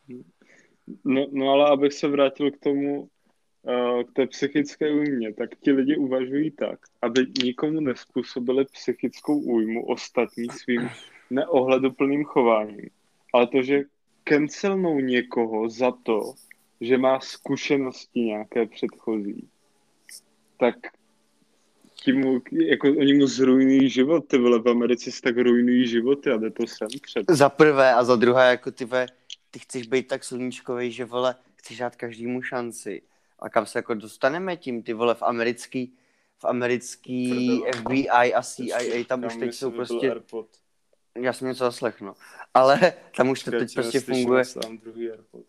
No, no ale abych se vrátil k tomu, uh, k té psychické újmě, tak ti lidi uvažují tak, aby nikomu nespůsobili psychickou újmu ostatní svým neohleduplným chováním. Ale to, že cancelnou někoho za to, že má zkušenosti nějaké předchozí, tak tím mu, jako oni mu zrujnují život, ty vole, v Americe si tak rujnují životy a jde to sem před. Za prvé a za druhé, jako ty ve, ty chceš být tak sluníčkovej, že vole, chceš dát každému šanci. A kam se jako dostaneme tím, ty vole, v americký, v americký F B I a C I A, tam už teď jsou prostě... Airpod. Já jsem něco zaslechnu. Ale tam už to teď prostě funguje. Tam druhý Airpod.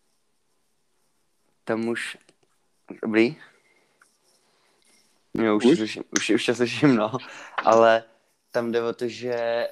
Tam už... Dobrý? Jo, už, už? Slyším, už, už tě slyším, no. Ale tam jde o to, že...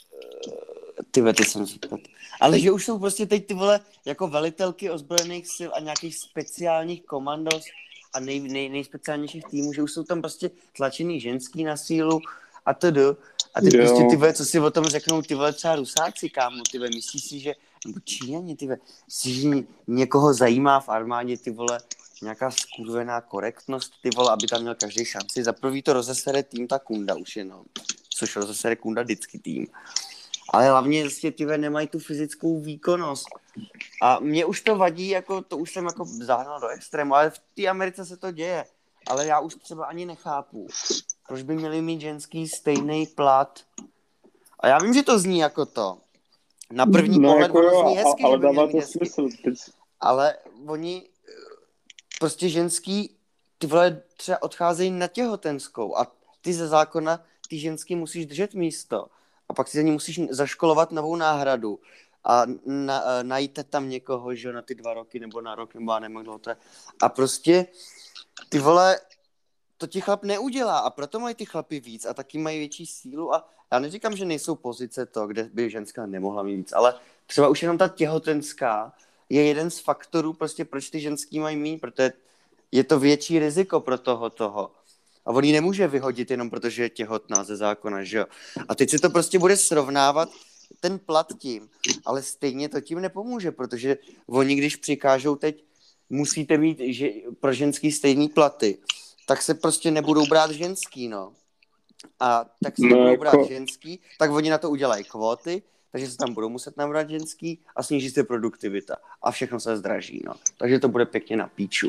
Ty ve, ty jsem říkal. Ale že už jsou prostě teď ty vole jako velitelky ozbrojených sil a nějakých speciálních komandos a nej, nej, nejspeciálnějších týmů, že už jsou tam prostě tlačený ženský na sílu a td. A teď jo. prostě ty vole, co si o tom řeknou ty vole třeba Rusáci, kámo, ty vole, myslíš si, že, nebo Číňani, ty vole, si, že někoho zajímá v armádě, ty vole, nějaká skurvená korektnost, ty vole, aby tam měl každý šanci. Za prvý to rozesere tým ta Kunda už jenom, což rozesere Kunda vždycky tým. Ale hlavně vlastně ty nemají tu fyzickou výkonnost. A mě už to vadí, jako to už jsem jako zahnal do extrému, ale v té Americe se to děje. Ale já už třeba ani nechápu, proč by měli mít ženský stejný plat. A já vím, že to zní jako to. Na první no, pohled jako ono zní hezky, ale že by dává měli to hezky. Smysl. Ale oni prostě ženský, ty vole třeba odcházejí na těhotenskou a ty ze zákona, ty ženský musíš držet místo. A pak si za ní musíš zaškolovat novou náhradu a na, najít tam někoho, že na ty dva roky nebo na rok, nebo já nevím, kdo to je. A prostě ty vole, to ti chlap neudělá a proto mají ty chlapy víc a taky mají větší sílu a já neříkám, že nejsou pozice to, kde by ženská nemohla mít víc, ale třeba už jenom ta těhotenská je jeden z faktorů prostě, proč ty ženský mají mít, protože je to větší riziko pro toho toho. A on ji nemůže vyhodit jenom protože je těhotná ze zákona, že jo. A teď se to prostě bude srovnávat ten plat tím, ale stejně to tím nepomůže, protože oni, když přikážou teď, musíte mít že, pro ženský stejný platy, tak se prostě nebudou brát ženský, no. A tak se no, nebudou jako... brát ženský, tak oni na to udělají kvóty, takže se tam budou muset nabrat ženský a sníží se produktivita. A všechno se zdraží, no. Takže to bude pěkně na píču.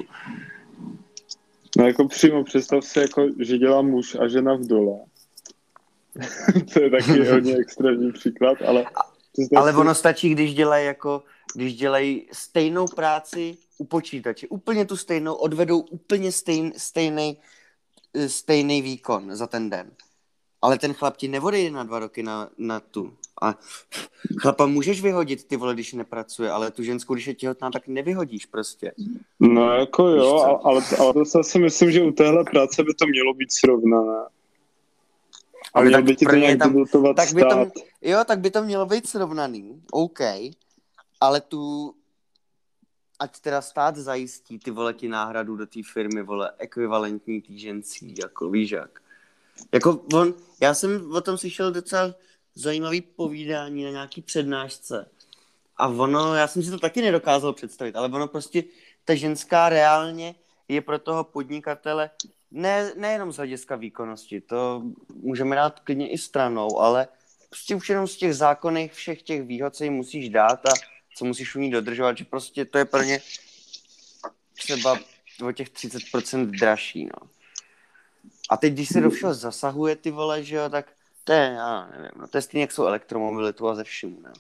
No jako přímo představ si, jako, že dělá muž a žena v dole. To je taky hodně extrémní příklad, ale... Ale si... ono stačí, když dělají jako, když dělají stejnou práci u počítače. Úplně tu stejnou, odvedou úplně stejn, stejný, stejný výkon za ten den. Ale ten chlap ti neodejde na dva roky na, na tu. A chlapa můžeš vyhodit, ty vole, když nepracuje, ale tu ženskou, když je těhotná, tak nevyhodíš prostě. No jako jo, ale, ale to si myslím, že u téhle práce by to mělo být srovnané. Ale tak by ti to nějak tam, tak by to, jo, tak by to mělo být srovnaný, OK, ale tu, ať teda stát zajistí ty vole ti náhradu do té firmy, vole, ekvivalentní tý žencí, jako víš jak. Jako on, já jsem o tom slyšel docela zajímavý povídání na nějaký přednášce. A ono, já jsem si to taky nedokázal představit, ale ono prostě, ta ženská reálně je pro toho podnikatele ne, nejenom z hlediska výkonnosti, to můžeme dát klidně i stranou, ale prostě už jenom z těch zákonných všech těch výhod, co jim musíš dát a co musíš u ní dodržovat, že prostě to je pro ně třeba o těch třicet procent dražší, no. A teď, když se do všeho zasahuje, ty vole, že jo, tak to je, já nevím, no, to je stejně, jak jsou elektromobilitu a ze vším, no.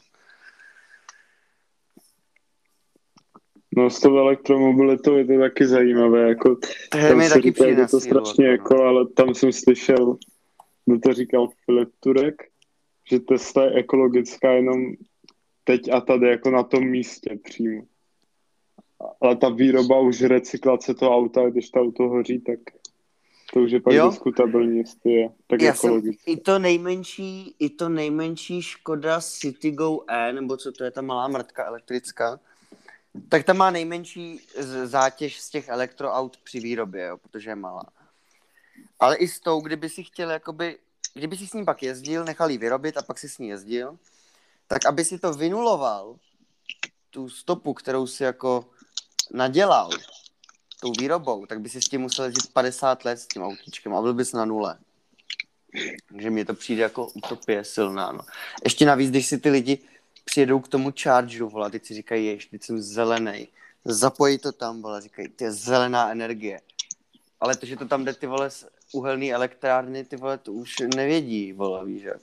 No s tou elektromobilitou je to taky zajímavé, jako to je mi taky přijde to strašně jako, no. Ale tam jsem slyšel, kdo to říkal Filip Turek, že Tesla je ekologická jenom teď a tady jako na tom místě přímo. Ale ta výroba už recyklace toho auta, když to auto hoří, tak to už je pak jo? diskutabilní, jestli je tak Já ekologické. Jsem, i, to nejmenší, I to nejmenší Škoda Citigo E, nebo co to je ta malá mrtka elektrická, tak ta má nejmenší zátěž z těch elektroaut při výrobě, jo, protože je malá. Ale i s tou, kdyby si chtěl, jakoby, kdyby si s ní pak jezdil, nechal ji vyrobit a pak si s ní jezdil, tak aby si to vynuloval, tu stopu, kterou si jako nadělal tou výrobou, tak by si s tím musel jezdit padesát let s tím autíčkem a byl bys na nule. Takže mně to přijde jako utopie silná, no. Ještě navíc, když si ty lidi přijedou k tomu chargeru, vole, teď si říkají, jež, teď jsem zelenej, Zapojí to tam, vole, říkají, ty zelená energie. Ale to, že to tam jde, ty vole, z uhelný elektrárny, ty vole, to už nevědí, vole, víš jak.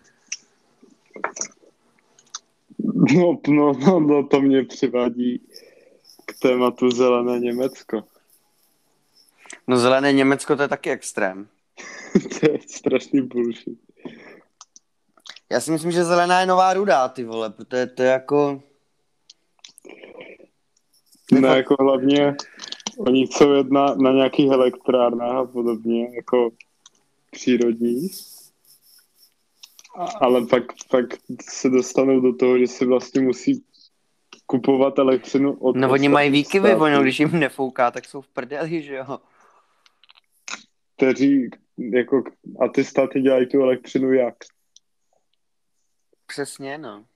No, no, no, no, to mě přivádí k tématu zelené Německo. No zelené Německo, to je taky extrém. To je strašný bullshit. Já si myslím, že zelená je nová ruda, ty vole, protože to je jako... Ne, jako hlavně oni chcou jet na, na nějakých elektrárnách a podobně, jako přírodní. A, ale pak, pak se dostanou do toho, že si vlastně musí kupovat elektřinu od No oni mají výkyvy, států, ono, když jim nefouká, tak jsou v prdeli, že jo. kteří, jako, a ty státy dělají tu elektřinu jak? Přesně, no.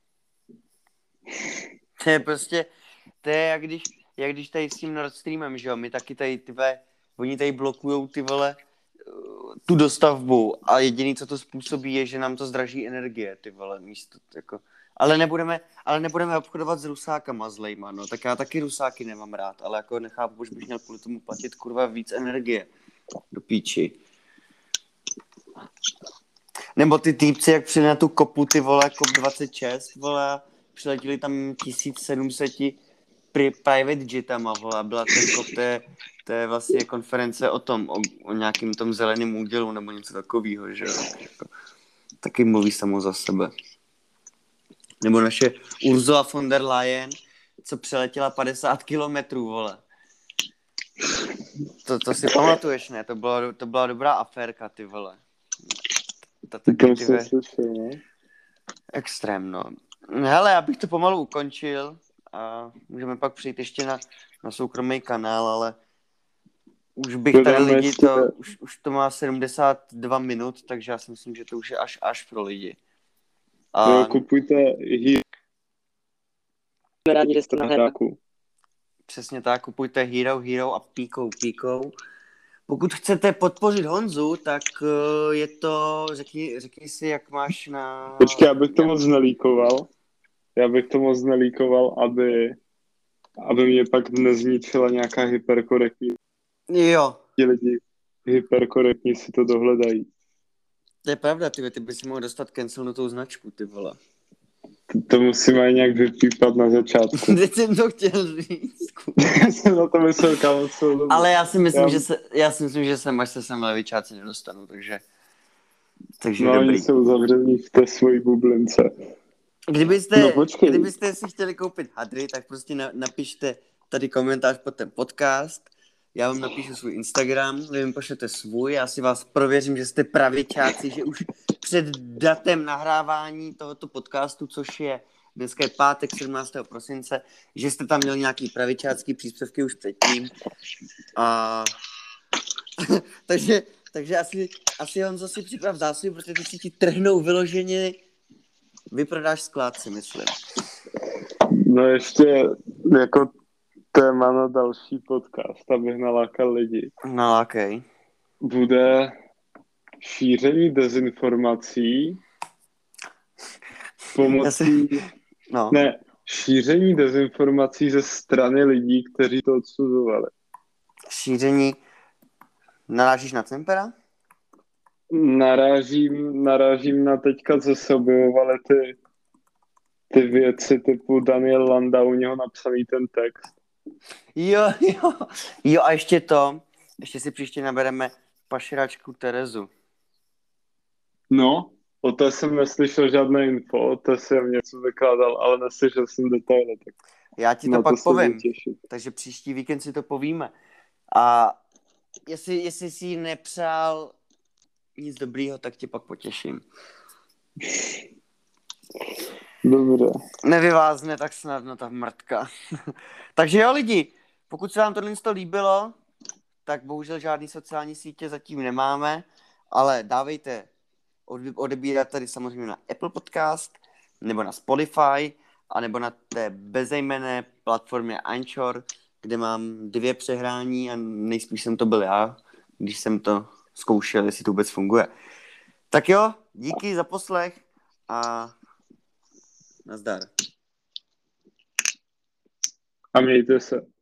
To je prostě, to je jak když, jak když tady s tím Nord Streamem, že jo, my taky tady, ty vole, oni tady blokujou ty vole, tu dostavbu a jediný, co to způsobí, je, že nám to zdraží energie, ty vole, místo, jako, ale nebudeme, ale nebudeme obchodovat s Rusákama zlejma, no, tak já taky Rusáky nemám rád, ale jako nechápu, proč bych měl kvůli tomu platit, kurva, víc energie, do píči. Nebo ty týpci, jak přijeli na tu kopu, ty vole, kop dvacet šest, vole, přiletěli tam tisíc sedm set pri private jetama, vole, byla ten kop, to je, to je vlastně konference o tom, o, o nějakým tom zeleném údělu, nebo něco takového, že jo. Taky mluví samo za sebe. Nebo naše Ursula von der Leyen, co přeletěla padesát kilometrů, vole. To, to si pamatuješ, ne? To byla, to byla dobrá aférka, ty vole. To taky, ty ve... Extrém, no. Hele, já bych to pomalu ukončil a můžeme pak přijít ještě na, na soukromý kanál, ale už bych tady Dodáme lidi, ještě... to, už, už to má sedmdesát dva minut, takže já si myslím, že to už je až až pro lidi. A... Jo, kupujte Hero. Rádi, že jste na hráku. Přesně tak, kupujte Hero, Hero a Píkou, Píkou. Pokud chcete podpořit Honzu, tak je to, řekni, řekni si, jak máš na... Počkej, já bych to moc nelíkoval. Já bych to moc nelíkoval, aby, aby mě pak nezničila nějaká hyperkorektní. Jo. Ti lidi hyperkorektní si to dohledají. To je pravda, ty, ty bys mohl dostat cancelnutou značku, ty vole. To, to musíme nějak vypípat na začátku. Teď jsem to chtěl říct. Já jsem na to myslel, kámo, celou dobu. Ale já si myslím, já... že se, já si myslím, že sem až se sem levičáci nedostanu, takže, takže no, dobrý. oni jsou zavření v té svojí bublince. Kdybyste, no, kdybyste si chtěli koupit hadry, tak prostě na, napište tady komentář pod ten podcast. Já vám napíšu svůj Instagram, vy mi pošlete svůj, já si vás prověřím, že jste pravičáci, že už před datem nahrávání tohoto podcastu, což je dneska je pátek sedmnáctého prosince, že jste tam měli nějaký pravičácký příspěvky už předtím. A... takže, takže asi, asi Honzo si připrav zásoby, protože ty si ti trhnou vyloženě, vyprodáš sklad, si myslím. No ještě jako téma na další podcast, abych nalákal lidi. Nalákej. Bude šíření dezinformací pomocí... Si... No. Ne, šíření dezinformací ze strany lidí, kteří to odsuzovali. Šíření... Narážíš na Cempera? Narážím, narážím na teďka, co se objevovaly ty, ty věci typu Daniel Landa, u něho napsaný ten text. Jo, jo. Jo a ještě to, ještě si příště nabereme pašeračku Terezu. No, o té jsem neslyšel žádné info, o té jsem něco vykládal, ale neslyšel jsem detaily. Tak já ti to to pak povím, těšit. Takže příští víkend si to povíme. A jestli, jestli jsi nepřál nic dobrýho, tak tě pak potěším. Dobře. Nevyvázne tak snadno ta mrtka. Takže jo lidi, pokud se vám tohle líbilo, tak bohužel žádný sociální sítě zatím nemáme, ale dávejte odebírat tady samozřejmě na Apple Podcast, nebo na Spotify, anebo na té bezejmenné platformě Anchor, kde mám dvě přehrání a nejspíš jsem to byl já, když jsem to zkoušel, jestli to vůbec funguje. Tak jo, díky za poslech a nazdar. A mějte se.